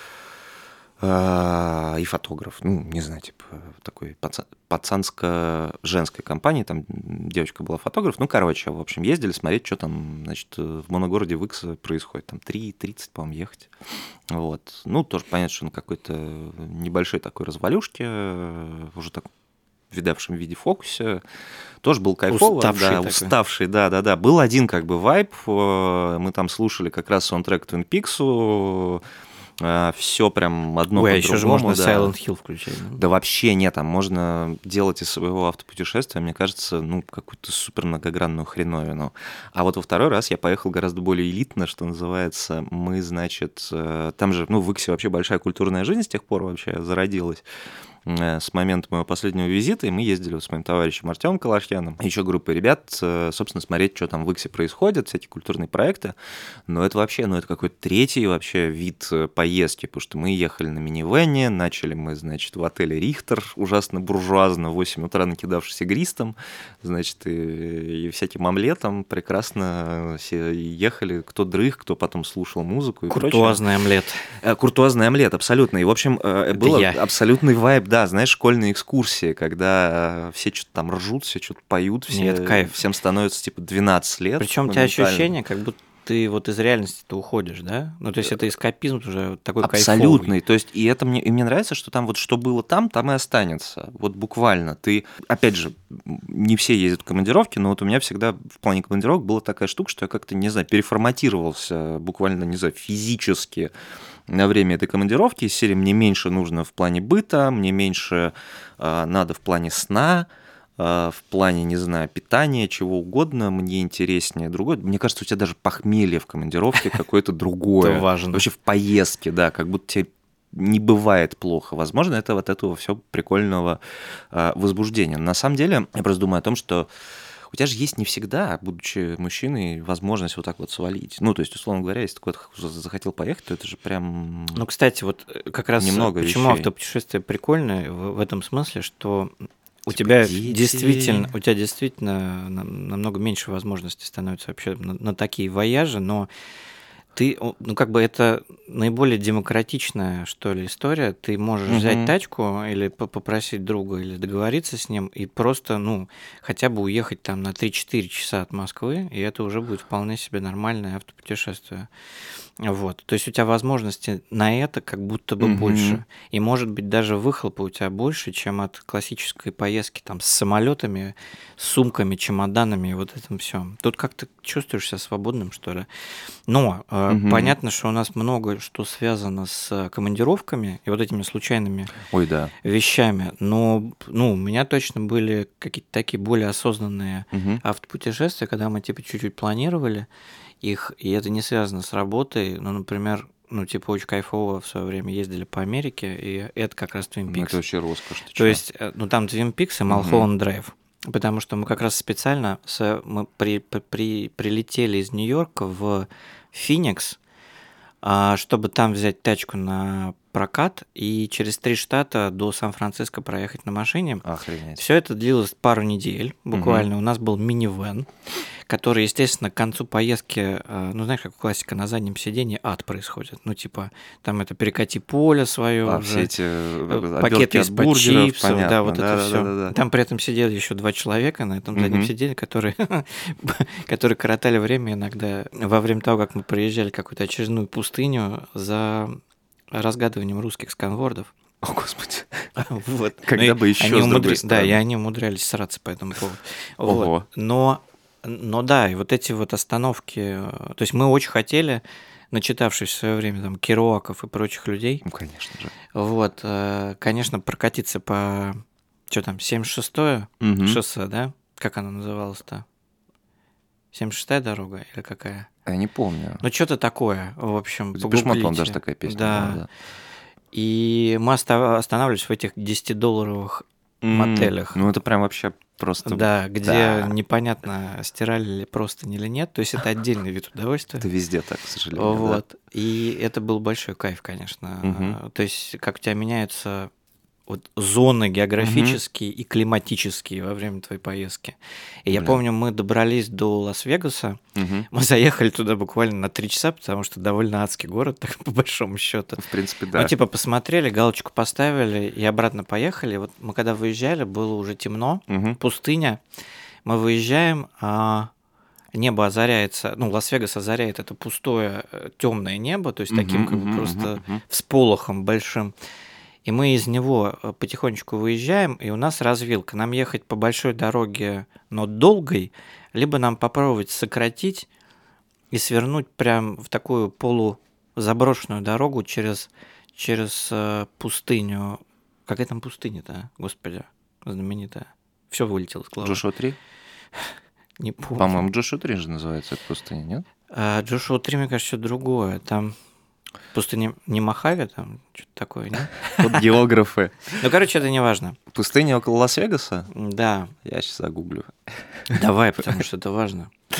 э, и фотограф. Ну, не знаю, типа такой паца- пацанско-женской компании. Там девочка была фотограф. Ну, короче, в общем, ездили смотреть, что там, значит, в моногороде в Иксе происходит. Там три тридцать, по-моему, ехать. Вот. Ну, тоже понятно, что на какой-то небольшой такой развалюшке, уже так в видавшем виде фокусе, тоже был кайфово. Уставший да, такой. уставший, да-да-да. Был один как бы вайб, мы там слушали как раз саундтрек Twin Peaks, все прям одно Ой, а по еще же другому, можно да. Silent Hill включать. Да? Да вообще нет, там можно делать из своего автопутешествия, мне кажется, ну, какую-то супер многогранную хреновину. А вот во второй раз я поехал гораздо более элитно, что называется. Мы, значит, э, там же, ну, в Иксе вообще большая культурная жизнь с тех пор вообще зародилась. Э, С момента моего последнего визита, и мы ездили вот с моим товарищем Артемом Калашьяном, еще группой ребят, э, собственно, смотреть, что там в Иксе происходит, всякие культурные проекты. Но это вообще, ну, это какой-то третий вообще вид э, поездки, потому что мы ехали на минивэне, начали мы, значит, в отеле «Рихтер», ужасно буржуазно, в восемь утра накидавшись игристом, значит, и, и всяким омлетом, прекрасно все ехали, кто дрых, кто потом слушал музыку и прочее. Куртуазный омлет. Э, Куртуазный омлет, абсолютно. И, в общем, э, был я. абсолютный вайб, да, знаешь, школьные экскурсии, когда э, все что-то там ржут, все что-то поют, все, Нет, кайф. всем становится типа двенадцать лет. Причем у тебя моментально. ощущение, как будто ты вот из реальности-то уходишь, да? Ну, то есть это эскапизм уже такой Абсолютный. кайфовый. То есть, и это мне, и мне нравится, что там вот что было там, там и останется. Вот буквально. Ты, опять же, не все ездят в командировки, но вот у меня всегда в плане командировок была такая штука, что я как-то, не знаю, переформатировался буквально, не знаю, физически на время этой командировки. Из серии мне меньше нужно в плане быта, мне меньше э, надо в плане сна, в плане, не знаю, питания, чего угодно, мне интереснее другое. Мне кажется, у тебя даже похмелье в командировке какое-то другое. Это важно. Вообще в поездке, да, как будто тебе не бывает плохо. Возможно, это вот этого все прикольного возбуждения. На самом деле, я просто думаю о том, что у тебя же есть не всегда, будучи мужчиной, возможность вот так вот свалить. Ну, то есть, условно говоря, если ты куда-то захотел поехать, то это же прям... Ну, кстати, вот как раз немного почему вещей. Автопутешествие прикольное в, в этом смысле, что у Типа тебя дети. действительно, у тебя действительно нам- намного меньше возможностей становится вообще на, на такие вояжи, но ты, о, ну как бы это наиболее демократичная, что ли, история. Ты можешь Мгм. взять тачку или по- попросить друга, или договориться с ним, и просто, ну, хотя бы уехать там на три-четыре часа от Москвы, и это уже будет вполне себе нормальное автопутешествие. Вот. То есть у тебя возможности на это как будто бы Мгм. больше. И может быть даже выхлопа у тебя больше, чем от классической поездки там с самолетами, с сумками, чемоданами и вот этим всем. Тут как-то чувствуешь себя свободным, что ли. Но э, Мгм. понятно, что у нас много что связано с командировками и вот этими случайными Ой, да. вещами. Но ну, у меня точно были какие-то такие более осознанные Мгм. автопутешествия, когда мы типа чуть-чуть планировали их, и это не связано с работой. Ну, например, ну, типа, очень кайфово в свое время ездили по Америке, и это как раз Twin Ну, Peaks. это вообще роскошь. ты То чё? есть, э, ну, там Twin Peaks и Малхолланд Драйв. Потому что мы как раз специально с- мы при- при- при- прилетели из Нью-Йорка в Феникс, а, чтобы там взять тачку на прокат и через три штата до Сан-Франциско проехать на машине. Охренеть. Все это длилось пару недель буквально. У нас был минивэн, который, естественно, к концу поездки, э, ну, знаешь, как классика, на заднем сиденье ад происходит. Ну, типа, там это перекати поле свое А, уже, все эти э, э, пакеты обертки от из-под бургеров, чипсов, понятно. да, вот это да, все. да, да. Там при этом сидели еще два человека на этом заднем Мгм. сиденье, которые, которые коротали время иногда во время того, как мы проезжали какую-то очередную пустыню за разгадыванием русских сканвордов. О, Господи. Вот. Когда Ну, и бы еще, они с другой умудри- Да, стороны. и они умудрялись сраться по этому поводу. Ого. Вот. Но, но да, и вот эти вот остановки... э, То есть мы очень хотели, начитавшись в свое время там Керуаков и прочих людей, Ну, конечно же. вот, э, конечно, прокатиться по что там, семьдесят шестое Мгм. шоссе, да? Как оно называлось-то? семьдесят шестая дорога или какая? Я не помню. Ну, что-то такое, в общем, Депеш Мод, по-моему, погуглите. даже такая песня Да. была, да. И мы оста- останавливались в этих десятидолларовых М, мотелях. Ну, это прям вообще просто... Да, где да. непонятно, стирали ли просто или нет. То есть это отдельный вид удовольствия. Это везде так, к сожалению. да. Вот. И это был большой кайф, конечно. Мгм. То есть, как у тебя меняются вот зоны географические и климатические во время твоей поездки. И я Блин. помню, мы добрались до Лас-Вегаса. Мгм. Мы заехали туда буквально на три часа, потому что довольно адский город, так по большому счету. В принципе, да. Ну, типа, посмотрели, галочку поставили и обратно поехали. Вот мы когда выезжали, было уже темно, Мгм. пустыня. Мы выезжаем, а небо озаряется, ну, Лас-Вегас озаряет это пустое темное небо, то есть таким Мгм, как бы мгм, просто мгм, мгм. всполохом большим. И мы из него э, потихонечку выезжаем, и у нас развилка. Нам ехать по большой дороге, но долгой, либо нам попробовать сократить и свернуть прям в такую полузаброшенную дорогу через, через э, пустыню. Какая там пустыня-то, а? Господи, знаменитая. Все вылетело из головы. Джошуа три? Не помню. По-моему, Джошуа три же называется эта пустыня, нет? А, Джошуа три, мне кажется, что другое. Там пустыня не Мохаве, там что-то такое, нет? Вот географы. Ну, короче, это не важно. Пустыня около Лас-Вегаса? Да, Я сейчас загуглю. давай, потому что это важно. И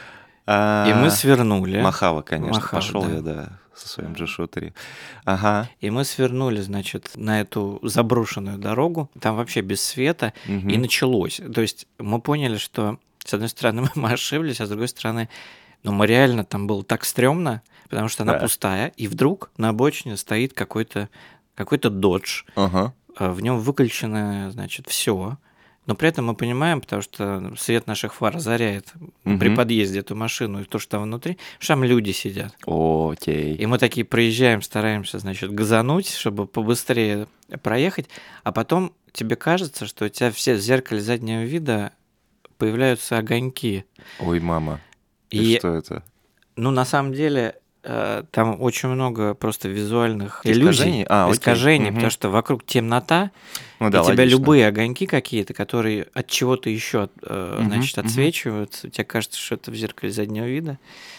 А, мы свернули. Мохава, конечно. Мохава, Пошел да. я, да, со своим Джошуа три. Ага. И мы свернули, значит, на эту заброшенную дорогу. Там вообще без света. Мгм. И началось. То есть мы поняли, что, с одной стороны, мы ошиблись, а с другой стороны, ну, мы реально, там было так стрёмно, потому что она Да. пустая, и вдруг на обочине стоит какой-то какой-то додж, Ага. а в нем выключено, значит, все. Но при этом мы понимаем, потому что свет наших фар озаряет при Мгм. подъезде эту машину и то, что там внутри, что там люди сидят. Окей. И мы такие проезжаем, стараемся, значит, газануть, чтобы побыстрее проехать, а потом тебе кажется, что у тебя все в зеркале заднего вида появляются огоньки. Ой, мама. И, И что это? ну, на самом деле, э, там очень много просто визуальных Искажений? иллюзий, А, окей. искажений, Мгм. потому что вокруг темнота, Ну и да, тебя логично. любые огоньки какие-то, которые от чего-то еще, Мгм, значит, мгм. отсвечивают, тебе кажется, что это в зеркале заднего вида.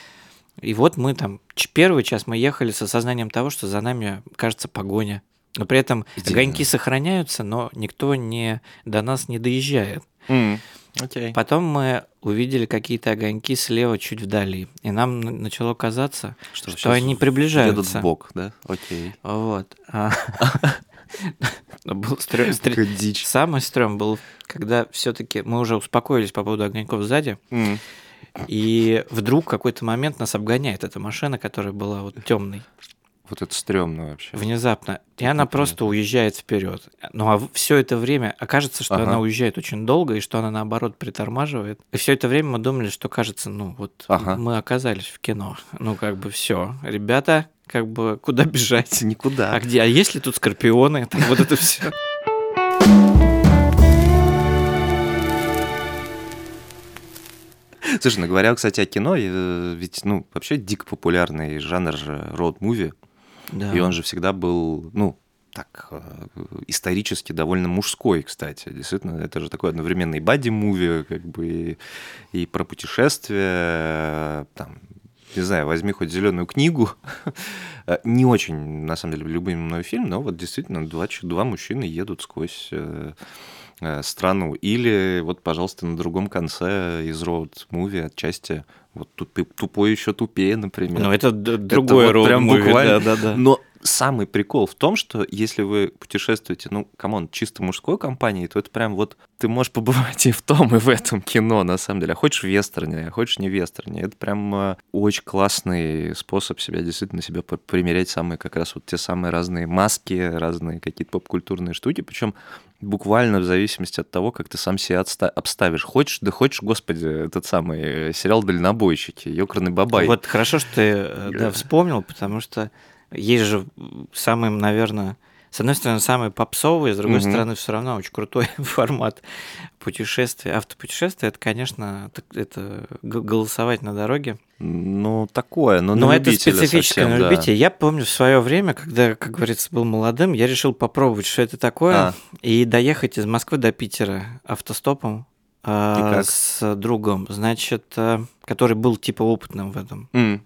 И вот мы там, ч- первый час мы ехали с осознанием того, что за нами, кажется, погоня. Но при этом Идеально. огоньки сохраняются, но никто не, до нас не доезжает. М, Окей. Потом мы увидели какие-то огоньки слева чуть вдали. И нам н- начало казаться, что, щас они едут приближаются. в бок, да? Окей. Вот. А, но был стрём- стр- Какая дичь. Самый стрём был, когда все-таки мы уже успокоились по поводу огоньков сзади, М. и вдруг в какой-то момент нас обгоняет эта машина, которая была вот темной, Вот это стрёмно вообще. внезапно, и она непонятно. просто уезжает вперед. Ну а все это время окажется, что Ага. она уезжает очень долго, и что она наоборот притормаживает. И все это время мы думали, что кажется, ну вот Ага. мы оказались в кино. Ну как бы все, ребята, как бы куда бежать? Никуда. А где? А есть ли тут скорпионы? Там вот это все. Слушай, ну говоря, кстати, о кино, э, ведь, ну, вообще дико популярный жанр же роуд-муви, Да. и он же всегда был, ну, так, э, исторически довольно мужской, кстати. Действительно, это же такой одновременно и бадди-муви, как бы, и, и про путешествия, там, не знаю, возьми хоть зеленую книгу. Не очень, на самом деле, любимый мной фильм, но вот действительно два, ч- два мужчины едут сквозь э, э, страну. Или вот, пожалуйста, на другом конце из роуд-муви отчасти вот тупи- тупой еще тупее, например. Ну это д- Это другое вот прям роуд-муви, буквально. да-да-да. Но самый прикол в том, что если вы путешествуете, ну, камон, чисто мужской компанией, то это прям вот ты можешь побывать и в том, и в этом кино, на самом деле. А хочешь в вестерне, а хочешь не в вестерне. Это прям э, очень классный способ себя, действительно, себя по- примерять самые, как раз вот те самые разные маски, разные какие-то поп-культурные штуки, причем буквально в зависимости от того, как ты сам себя отста- обставишь. Хочешь, да хочешь, господи, этот самый э, сериал «Дальнобойщики», «Ёкарный бабай». Вот хорошо, что ты э, да, вспомнил, потому что есть же самый, наверное, С одной стороны, самый попсовый, с другой Мгм. стороны, все равно очень крутой формат путешествия. Автопутешествие, это, конечно, так- это г- голосовать на дороге. Ну, такое, но Но на это любителя специфическое совсем, на да. любителя. Я помню в свое время, когда, как говорится, был молодым, я решил попробовать, что это такое, А. и доехать из Москвы до Питера автостопом а, И как? с другом, значит, а, который был типа опытным в этом. М.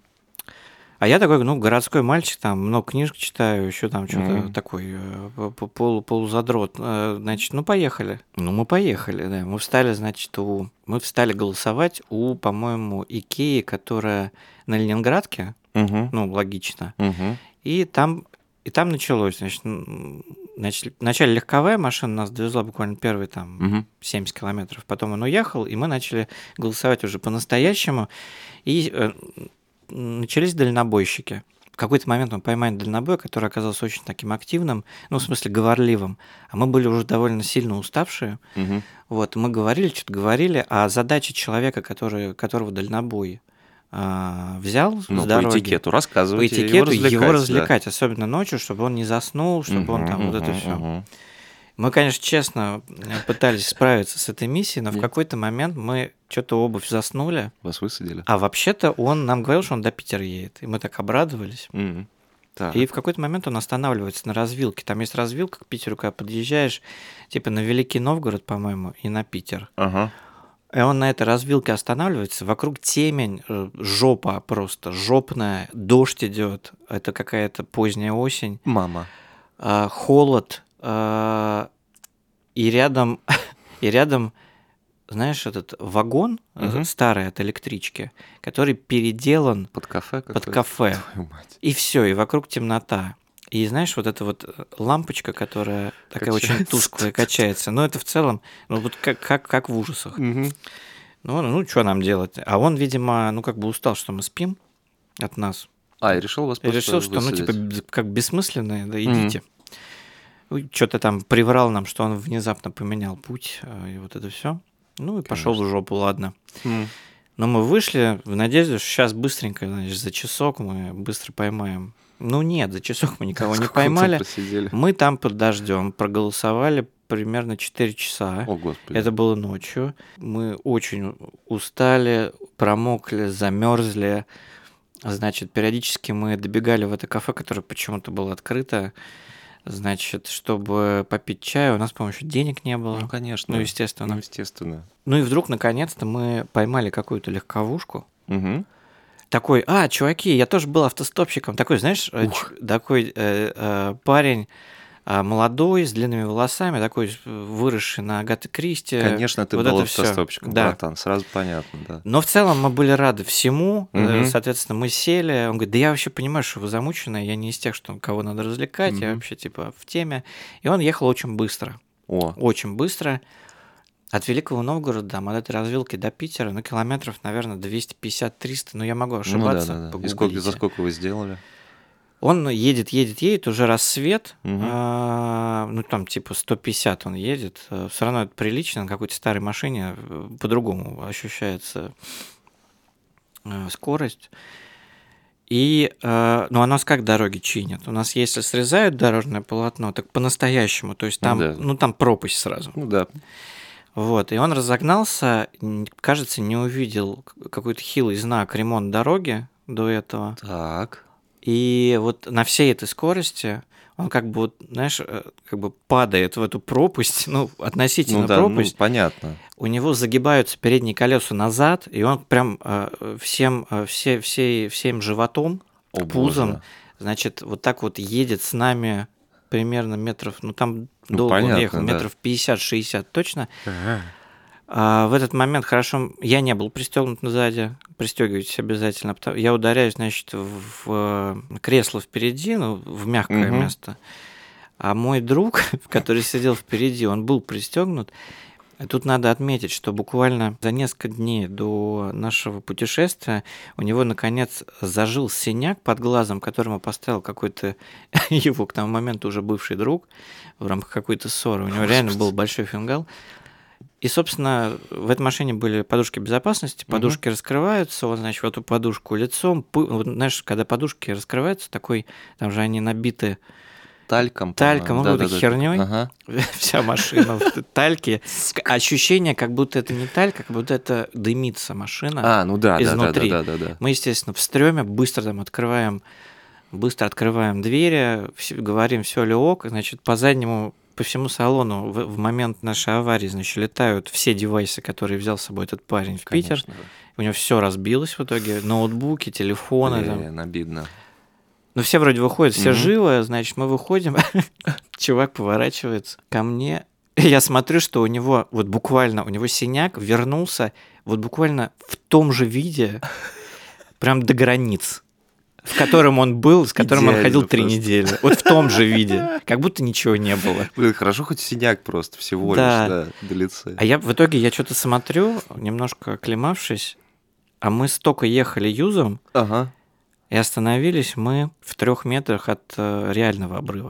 А я такой, ну, городской мальчик, там, много книжек читаю, еще там что-то Мгм. такой э, п- п- полу, полузадрот. Э, Значит, ну, поехали. Ну, мы поехали, да. Мы встали, значит, у... Мы встали голосовать у, по-моему, Икеи, которая на Ленинградке, Мгм. ну, логично. Мгм. И там, и там началось, значит, м, значит, вначале легковая машина нас довезла буквально первые там Мгм. семьдесят километров, потом он уехал, и мы начали голосовать уже по-настоящему, и э, м, начались дальнобойщики. В какой-то момент мы поймали дальнобоя, который оказался очень таким активным, ну, в смысле, говорливым, а мы были уже довольно сильно уставшие, Мгм. вот, мы говорили, что-то говорили, а задача человека, который, которого дальнобой а, взял Ну, с по дороги, этикету по рассказывайте, этикету его его развлекать, да. развлекать, особенно ночью, чтобы он не заснул, чтобы он там вот это Мгм, все. мгм. Мы, конечно, честно э, пытались справиться с этой миссией, но в Нет. какой-то момент мы что-то обувь заснули, Вас высадили? а вообще-то он нам говорил, что он до Питера едет, и мы так обрадовались. Мгм. Так. И в какой-то момент он останавливается на развилке. Там есть развилка к Питеру, когда подъезжаешь, типа на Великий Новгород, по-моему, и на Питер. Ага. И он на этой развилке останавливается, вокруг темень, э, жопа просто, жопная, дождь идет, это какая-то поздняя осень, Мама. а, холод, а, и рядом, и рядом, знаешь, этот вагон э, Мгм. старый от электрички, который переделан Под кафе под какое-то? кафе. Твою мать. И все, и вокруг темнота. И знаешь, вот эта вот э, лампочка, которая такая очень Качается. тусклая, качается. Но это в целом, ну вот как, как, как в ужасах. Мгм. Ну, ну, что нам делать? А он, видимо, ну как бы устал, что мы спим от нас. А, и решил вас И просто решил, что, ну, типа, высадить. б- как бессмысленные, да Мгм. идите. Что-то там приврал нам, что он внезапно поменял путь, э, и вот это все. Ну, и пошел в жопу, ладно. М. Но мы вышли в надежде, что сейчас быстренько, значит, за часок мы быстро поймаем. Ну нет, за часок мы никого не Сколько вы там поймали. просидели? Мы там под дождем проголосовали примерно четыре часа. О, господи. Это было ночью. Мы очень устали, промокли, замерзли. Значит, периодически мы добегали в это кафе, которое почему-то было открыто. Значит, чтобы попить чай, у нас, по-моему, еще денег не было. Ну, конечно. Ну, естественно. Ну, естественно. Ну и вдруг, наконец-то, мы поймали какую-то легковушку. Мгм. Такой, а, чуваки, я тоже был автостопщиком. Такой, знаешь, э, Ух. ч- такой э, э, парень а, молодой, с длинными волосами, такой э, выросший на Агаты Кристи. Конечно, ты вот был это всё. автостопщиком, Да. братан, сразу понятно, да. Но в целом мы были рады всему. Э, Мгм. Соответственно, мы сели. Он говорит, да я вообще понимаю, что вы замученные. Я не из тех, что кого надо развлекать. Я Мгм. вообще типа в теме. И он ехал очень быстро. О, Очень быстро. От Великого Новгорода, там, от этой развилки до Питера, ну, километров, наверное, двести пятьдесят - триста, но я могу ну да, ошибаться. да, да. И погуглите. сколько, за сколько вы сделали? Он едет, едет, едет, уже рассвет, Мгм. а, ну, там, типа, сто пятьдесят он едет. Все равно это прилично, на какой-то старой машине э, по-другому ощущается э, скорость. И, э, ну, а у нас как дороги чинят? У нас, если срезают дорожное полотно, так по-настоящему, то есть Ну там, да. ну, там пропасть сразу. Ну да. Вот, и он разогнался, н- кажется, не увидел к- какой-то хилый знак ремонт дороги до этого. Так. И вот на всей этой скорости он как бы, вот, знаешь, э, как бы падает в эту пропасть, ну, относительно Ну да, ну пропасть. понятно. У него загибаются передние колеса назад, и он прям э, всем, э, все, всей, всем животом, О, пузом, боже. значит, вот так вот едет с нами примерно метров, ну там Ну, долго он понятно, ехал, да. метров пятьдесят-шестьдесят точно. А в этот момент хорошо, я не был пристегнут сзади, пристегивайтесь обязательно. потому- Я ударяюсь, значит, в э, кресло впереди, ну, в мягкое Мгм. место. А мой друг, который сидел впереди, он был пристегнут. И тут надо отметить, что буквально за несколько дней до нашего путешествия у него, наконец, зажил синяк под глазом, который ему поставил какой-то его к тому моменту уже бывший друг в рамках какой-то ссоры. У него реально был большой фингал. И, собственно, в этой машине были подушки безопасности, Мгм. подушки раскрываются, он, значит, в эту подушку лицом, пы- вот, знаешь, когда подушки раскрываются, такой, там же они набиты тальком. Тальком, по-моему. ну, какой-то Да-да-да. хернёй. Ага. Вся машина в тальке. Ощущение, как будто это не талька, как будто это дымится машина. А, ну да, да, да, да, изнутри. да, да, да. Мы, естественно, в стрёме быстро там открываем, быстро открываем двери, все- говорим, все ли ок, значит, по заднему, по всему салону в, в момент нашей аварии, значит, летают все девайсы, которые взял с собой этот парень в Питер. Конечно, да. У него все разбилось в итоге, ноутбуки, телефоны. там. Блин, обидно. Ну, все вроде выходят, все Мгм. живы, значит, мы выходим, чувак поворачивается ко мне, и я смотрю, что у него, вот буквально, у него синяк вернулся вот буквально в том же виде, прям до границ, в котором он был, с которым он Идеально ходил три просто. недели. Вот в том же виде, как будто ничего не было. Блин, хорошо, хоть синяк просто всего Да. лишь, да, до лица. А я в итоге, я что-то смотрю, немножко оклемавшись, а мы столько ехали юзом, Ага. и остановились мы в трех метрах от э, реального обрыва.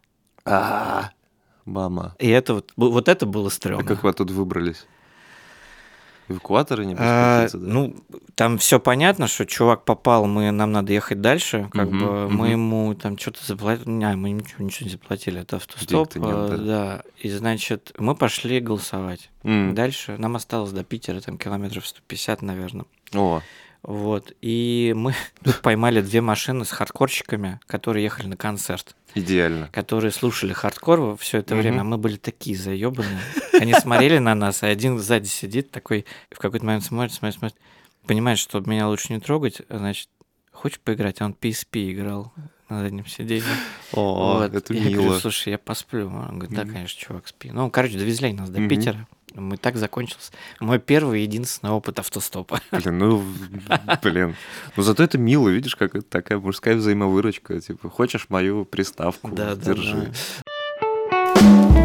А, мама. И это вот, бу- вот это было А стрёмно. как вы оттуда выбрались? Эвакуаторы не А, какие-то, да? ну, там все понятно, что чувак попал, мы, нам надо ехать дальше, как Мгм, бы мгм. мы ему там что-то заплатили, не, мы ничего, ничего не заплатили, это автостоп, Денег-то нет, а, да. да, и значит, мы пошли голосовать. М. Дальше нам осталось до Питера там километров сто пятьдесят, наверное. О, Вот, и мы поймали две машины с хардкорщиками, которые ехали на концерт, идеально. которые слушали хардкор все это Мгм. время, а мы были такие заебанные. Они смотрели на нас, а один сзади сидит такой, в какой-то момент смотрит, смотрит, смотрит, понимает, что меня лучше не трогать, а значит, хочешь поиграть? А он пи эс пи играл на заднем сиденье. О, Вот. это Я мило. говорю, слушай, я посплю. Он говорит, да, Мгм. конечно, чувак, спи. Ну, короче, довезли нас до Мгм. Питера. Мы так закончился. Мой первый и единственный опыт автостопа. Блин, ну, блин. Ну, зато это мило, видишь, как это такая мужская взаимовыручка. Типа, хочешь мою приставку? Да, да, Держи. да.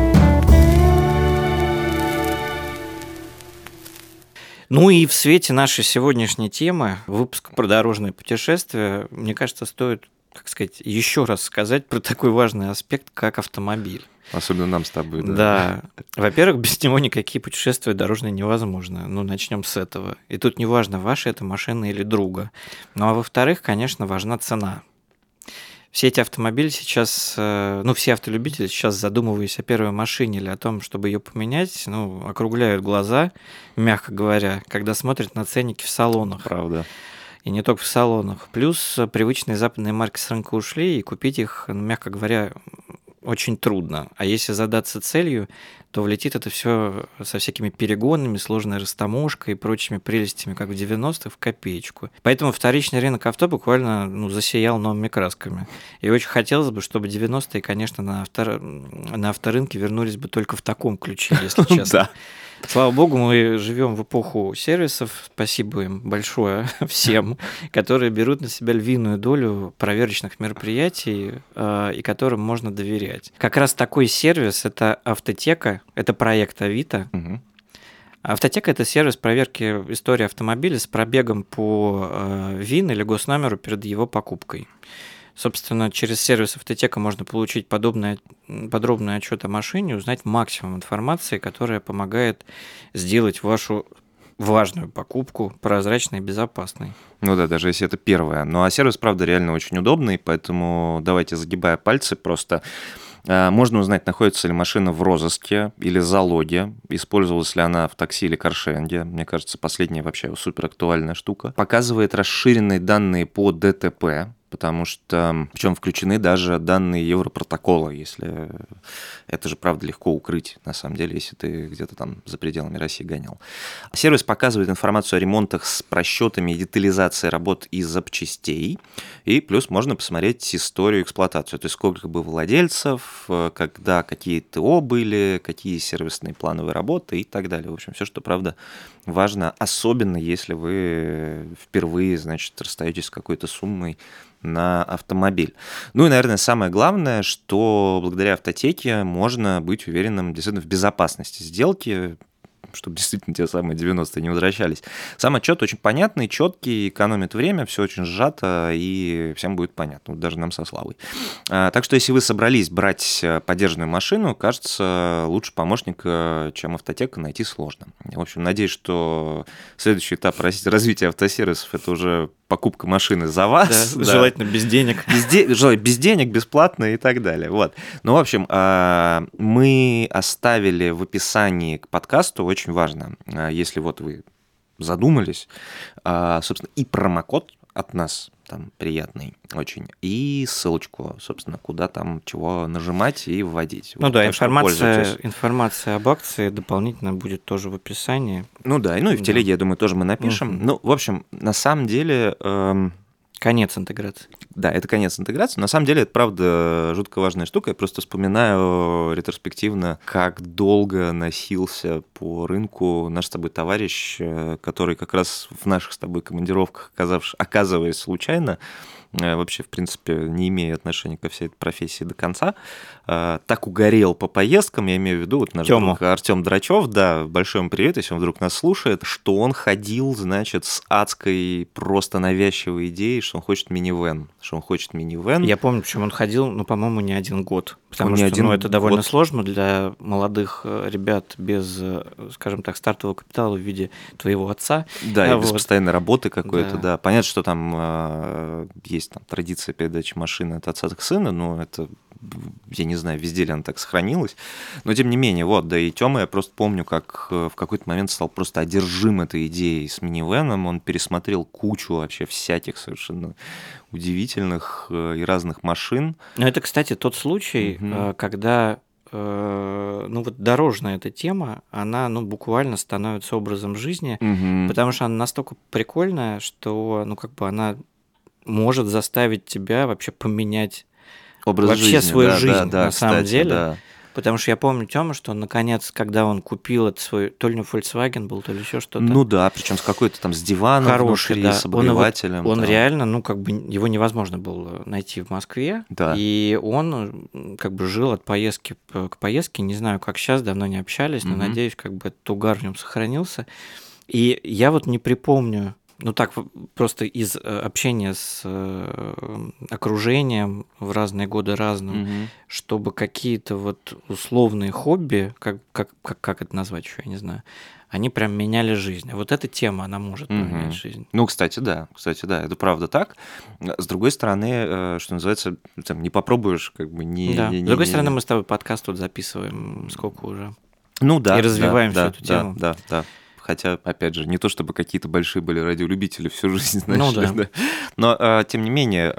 Ну и в свете нашей сегодняшней темы, выпуска про дорожные путешествия, мне кажется, стоит, как сказать, еще раз сказать про такой важный аспект, как автомобиль. Особенно нам с тобой, да. Да. Во-первых, без него никакие путешествия дорожные невозможны. Ну, начнем с этого. И тут неважно, ваша это машина или друга. Ну, а во-вторых, конечно, важна цена. Все эти автомобили сейчас, э, ну, все автолюбители сейчас, задумываясь о первой машине или о том, чтобы ее поменять, ну, округляют глаза, мягко говоря, когда смотрят на ценники в салонах. Правда. И не только в салонах. Плюс э, привычные западные марки с рынка ушли, и купить их, ну, мягко говоря, очень трудно. А если задаться целью, то влетит это все со всякими перегонами, сложной растаможкой и прочими прелестями, как в девяностых, в копеечку. Поэтому вторичный рынок авто буквально ну, засиял новыми красками. И очень хотелось бы, чтобы девяностые, конечно, на, авто... на авторынке вернулись бы только в таком ключе, если честно. Да. Слава богу, мы живем в эпоху сервисов. Спасибо им большое всем, которые берут на себя львиную долю проверочных мероприятий э, и которым можно доверять. Как раз такой сервис – это Автотека, это проект Авито. Мгм. Автотека – это сервис проверки истории автомобиля с пробегом по э, ВИН или госномеру перед его покупкой. Собственно, через сервис Автотека можно получить подобный, подробный отчет о машине, узнать максимум информации, которая помогает сделать вашу важную покупку прозрачной и безопасной. Ну да, даже если это первое. Ну а сервис, правда, реально очень удобный, поэтому давайте, загибая пальцы, просто э, можно узнать, находится ли машина в розыске или залоге, использовалась ли она в такси или каршеринге. Мне кажется, последняя вообще супер актуальная штука. Показывает расширенные данные по ДТП, потому что, причем включены даже данные Европротокола, если это же, правда, легко укрыть, на самом деле, если ты где-то там за пределами России гонял. Сервис показывает информацию о ремонтах с просчетами и детализацией работ и запчастей, и плюс можно посмотреть историю эксплуатации, то есть сколько было владельцев, когда какие ТО были, какие сервисные плановые работы и так далее. В общем, все, что, правда, важно, особенно если вы впервые, значит, расстаетесь с какой-то суммой на автомобиль. Ну и, наверное, самое главное, что благодаря автотеке можно быть уверенным действительно в безопасности сделки. чтобы действительно те самые девяностые не возвращались. Сам отчет очень понятный, четкий, экономит время, все очень сжато, и всем будет понятно, вот даже нам со Славой. А, так что если вы собрались брать подержанную машину, кажется, лучше помощника, чем автотека, найти сложно. В общем, надеюсь, что следующий этап развития автосервисов – это уже покупка машины за вас. Да, да. Желательно без денег. Без, де... желательно без денег, бесплатно и так далее. Вот. Ну, в общем, мы оставили в описании к подкасту, очень важно, если вот вы задумались, собственно, и промокод от нас там приятный очень, и ссылочку, собственно, куда там чего нажимать и вводить. Ну вот, да, информация, информация об акции дополнительно будет тоже в описании. Ну да, ну и в да. телеге, я думаю, тоже мы напишем. Угу. Ну, в общем, на самом деле... Эм... Конец интеграции. Да, это конец интеграции. На самом деле, это, правда, жутко важная штука. Я просто вспоминаю ретроспективно, как долго носился по рынку наш с тобой товарищ, который как раз в наших с тобой командировках, оказываясь случайно, вообще, в принципе, не имея отношения ко всей этой профессии до конца, так угорел по поездкам, я имею в виду вот наш Тему. друг Артем Драчев, да, большой ему привет, если он вдруг нас слушает, что он ходил, значит, с адской просто навязчивой идеей, что он хочет минивэн, что он хочет минивэн. Я помню, причем он ходил, ну, по-моему, не один год, потому он что, не один ну, это довольно год. сложно для молодых ребят без, скажем так, стартового капитала в виде твоего отца. Да, а и вот. без постоянной работы какой-то, да. Да. Понятно, что там э, есть там, традиция передачи машины от отца к сыну, но это, я не знаю, везде ли она так сохранилась. Но тем не менее, вот, да и Тёма, я просто помню, как в какой-то момент стал просто одержим этой идеей с минивэном, он пересмотрел кучу вообще всяких совершенно удивительных и разных машин. Ну, это, кстати, тот случай, Мгм. когда ну вот дорожная эта тема, она ну буквально становится образом жизни, Мгм. потому что она настолько прикольная, что ну как бы она может заставить тебя вообще поменять Образ вообще жизни, свою да, жизнь да, да, на самом кстати, деле. да. Потому что я помню Тёму, что он наконец, когда он купил этот свой, то ли у него Volkswagen был, то ли еще что-то. Ну да, причем с какой-то там с диваном Хороший, внутри, да. с Он его- обогревателем. Он там. реально, ну, как бы его невозможно было найти в Москве. Да. И он м, как бы жил от поездки п- к поездке. Не знаю, как сейчас, давно не общались, но Мгм. надеюсь, как бы этот угар в нем сохранился. И я вот не припомню, ну так в- просто из э, общения с э, окружением в разные годы разным, Мгм. чтобы какие-то вот условные хобби, как, как, как, как это назвать еще, я не знаю, они прям меняли жизнь. А вот эта тема, она может Мгм. поменять жизнь. Ну, кстати, да, кстати, да, это правда так. С другой стороны, э, что называется, там, не попробуешь, как бы не. Да. не- С другой не- стороны, не- мы с тобой подкаст тут записываем сколько уже. ну да, и развиваем да, всю да, эту да, тему. Да, да. Хотя, опять же, не то чтобы какие-то большие были радиолюбители всю жизнь, Ну знаешь, да. да. Но э, тем не менее,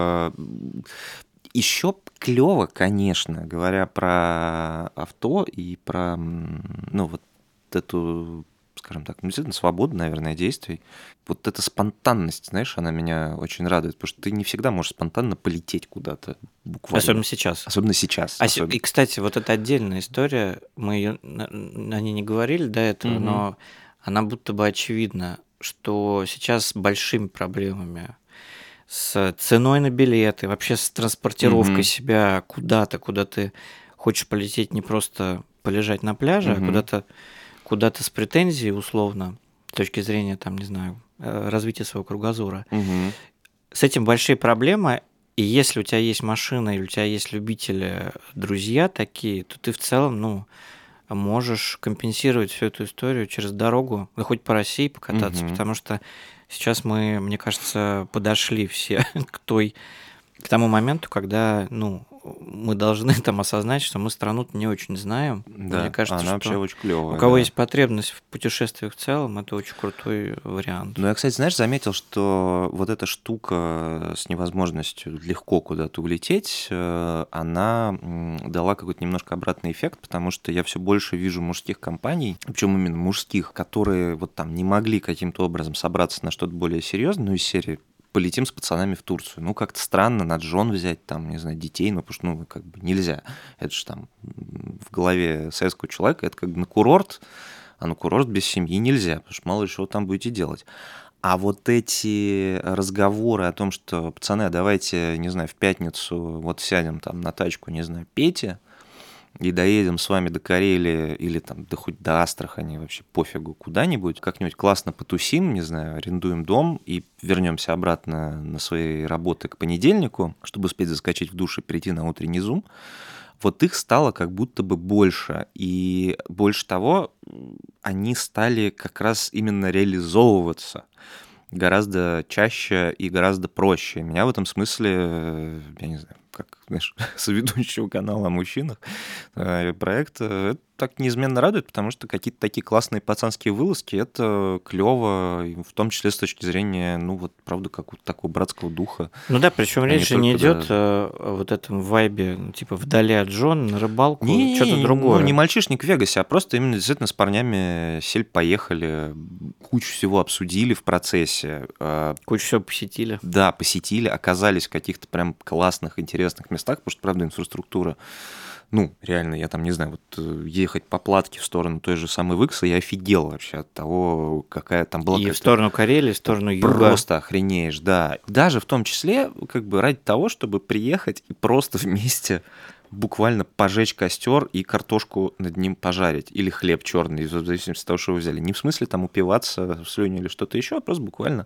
еще клево, конечно, говоря про авто и про, м, ну вот эту, скажем так, ну, действительно свободу, наверное, действий. Вот эта спонтанность, знаешь, она меня очень радует, потому что ты не всегда можешь спонтанно полететь куда-то, буквально. Особенно сейчас. Особенно сейчас. А се- особенно. И, кстати, вот это отдельная история, мы ее о ней не говорили до этого, Мгм. но она будто бы очевидна, что сейчас с большими проблемами с ценой на билеты, вообще с транспортировкой Мгм. себя куда-то, куда ты хочешь полететь, не просто полежать на пляже, а Мгм. куда-то куда-то с претензией, условно, с точки зрения, там, не знаю, э, развития своего кругозора. Мгм. С этим большие проблемы, и если у тебя есть машина, или у тебя есть любители, друзья такие, то ты в целом, ну, можешь компенсировать всю эту историю через дорогу, да хоть по России покататься, Мгм. потому что сейчас мы, мне кажется, подошли все к той, к тому моменту, когда, ну, мы должны там осознать, что мы страну не очень знаем. Да, Мне кажется, она что вообще очень клевая. у кого да. есть потребность в путешествиях в целом, это очень крутой вариант. Ну, я, кстати, знаешь, заметил, что вот эта штука с невозможностью легко куда-то улететь, э, она м, дала какой-то немножко обратный эффект, потому что я все больше вижу мужских компаний, причем именно мужских, которые вот там не могли каким-то образом собраться на что-то более серьезное, ну, из серии полетим с пацанами в Турцию. Ну, как-то странно, надо жен взять, там, не знаю, детей, ну, потому что, ну, как бы нельзя. Это же там м, в голове советского человека, это как бы на курорт, а на курорт без семьи нельзя, потому что мало ли что вы там будете делать. А вот эти разговоры о том, что, пацаны, а давайте, не знаю, в пятницу вот сядем там на тачку, не знаю, Пете, и доедем с вами до Карелии или там да хоть до Астрахани, вообще пофигу, куда-нибудь, как-нибудь классно потусим, не знаю, арендуем дом и вернемся обратно на свои работы к понедельнику, чтобы успеть заскочить в душ и прийти на утренний зум. Вот их стало как будто бы больше. И больше того, они стали как раз именно реализовываться гораздо чаще и гораздо проще. Меня в этом смысле, я не знаю, как, знаешь, соведущего канала о мужчинах, проект это так неизменно радует, потому что какие-то такие классные пацанские вылазки, это клево, в том числе с точки зрения, ну вот, правда, какого-то такого братского духа. Ну да, причем а речь же не только, идет да. о вот этом вайбе, ну, типа вдали от жен, на рыбалку, Не, что-то не, другое. Ну, не мальчишник в Вегасе, а просто именно действительно с парнями сель поехали, кучу всего обсудили в процессе. э, Кучу всего посетили. Да, посетили, оказались в каких-то прям классных, интересных местах, потому что, правда, инфраструктура, ну, реально, я там, не знаю, вот э, ехать по Платке в сторону той же самой Выксы, я офигел вообще от того, какая там была... И в какая-то- сторону Карелии, в сторону юга. Просто охренеешь, да. Даже в том числе, как бы ради того, чтобы приехать и просто вместе буквально пожечь костер и картошку над ним пожарить. Или хлеб черный, в зависимости от того, что вы взяли. Не в смысле там упиваться в слюне или что-то еще, а просто буквально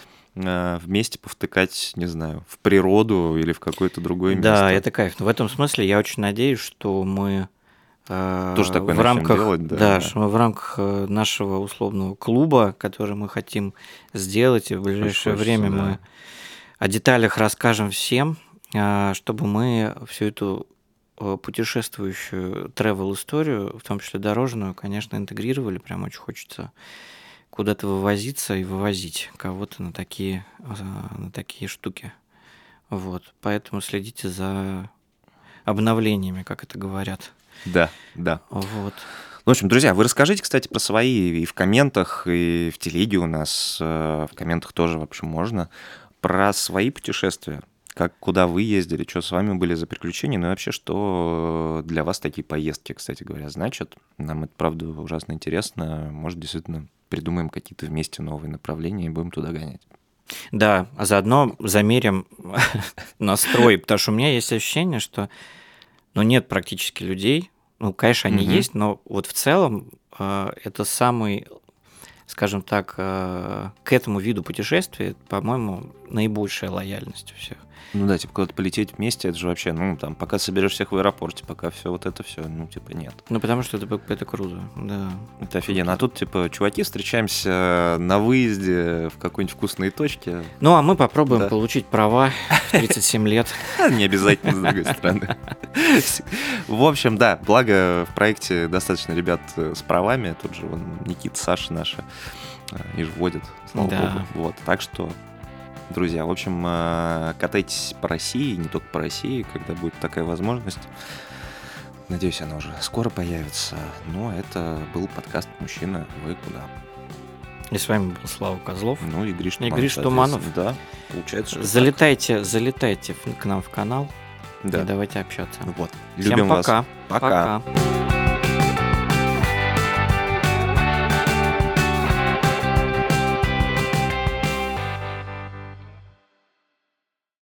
э, вместе повтыкать, не знаю, в природу или в какое-то другое место. Да, это кайф. Но в этом смысле я очень надеюсь, что мы э, Тоже такое в начнем рамках, делать, да, да, да. что мы в рамках э, нашего условного клуба, который мы хотим сделать, и в ближайшее хочется, время да. мы о деталях расскажем всем, э, чтобы мы всю эту э, путешествующую travel-историю, в том числе дорожную, конечно, интегрировали. Прям очень хочется куда-то вывозиться и вывозить кого-то на такие, э, на такие штуки. Вот. Поэтому следите за обновлениями, как это говорят. Да, да. Вот. В общем, друзья, вы расскажите, кстати, про свои и в комментах, и в телеге у нас, э, в комментах тоже, в общем, можно, про свои путешествия, как, куда вы ездили, что с вами были за приключения, ну и вообще, что для вас такие поездки, кстати говоря, значат. Нам это, правда, ужасно интересно. Может, действительно, придумаем какие-то вместе новые направления и будем туда гонять. Да, а заодно замерим настрой, потому что у меня есть ощущение, что ну, нет практически людей, ну, конечно, они Мгм. есть, но вот в целом э, это самый, скажем так, э, к этому виду путешествия, по-моему, наибольшая лояльность у всех. Ну да, типа куда-то полететь вместе, это же вообще, ну там, пока соберешь всех в аэропорте, пока все вот это все, ну типа нет. Ну, потому что это, это круто, да. Это офигенно. А тут, типа, чуваки, встречаемся на выезде в какой-нибудь вкусной точке. Ну, а мы попробуем Да. получить права в тридцать семь лет. Не обязательно, с другой стороны. В общем, да, благо в проекте достаточно ребят с правами. Тут же вон Никита, Саша наши, они же водят, слава Да. богу. Вот, так что, друзья, в общем, э, катайтесь по России, не только по России, когда будет такая возможность. Надеюсь, она уже скоро появится. Но это был подкаст «Мужчина, вы куда?». И с вами был Слава Козлов. Ну и Гриш И Туманов. Гриш Туманов. соответственно. Да, получается, что Залетайте, залетайте в- к нам в канал так. Да. и давайте общаться. Вот. Всем Любим вас. пока. Пока. Пока.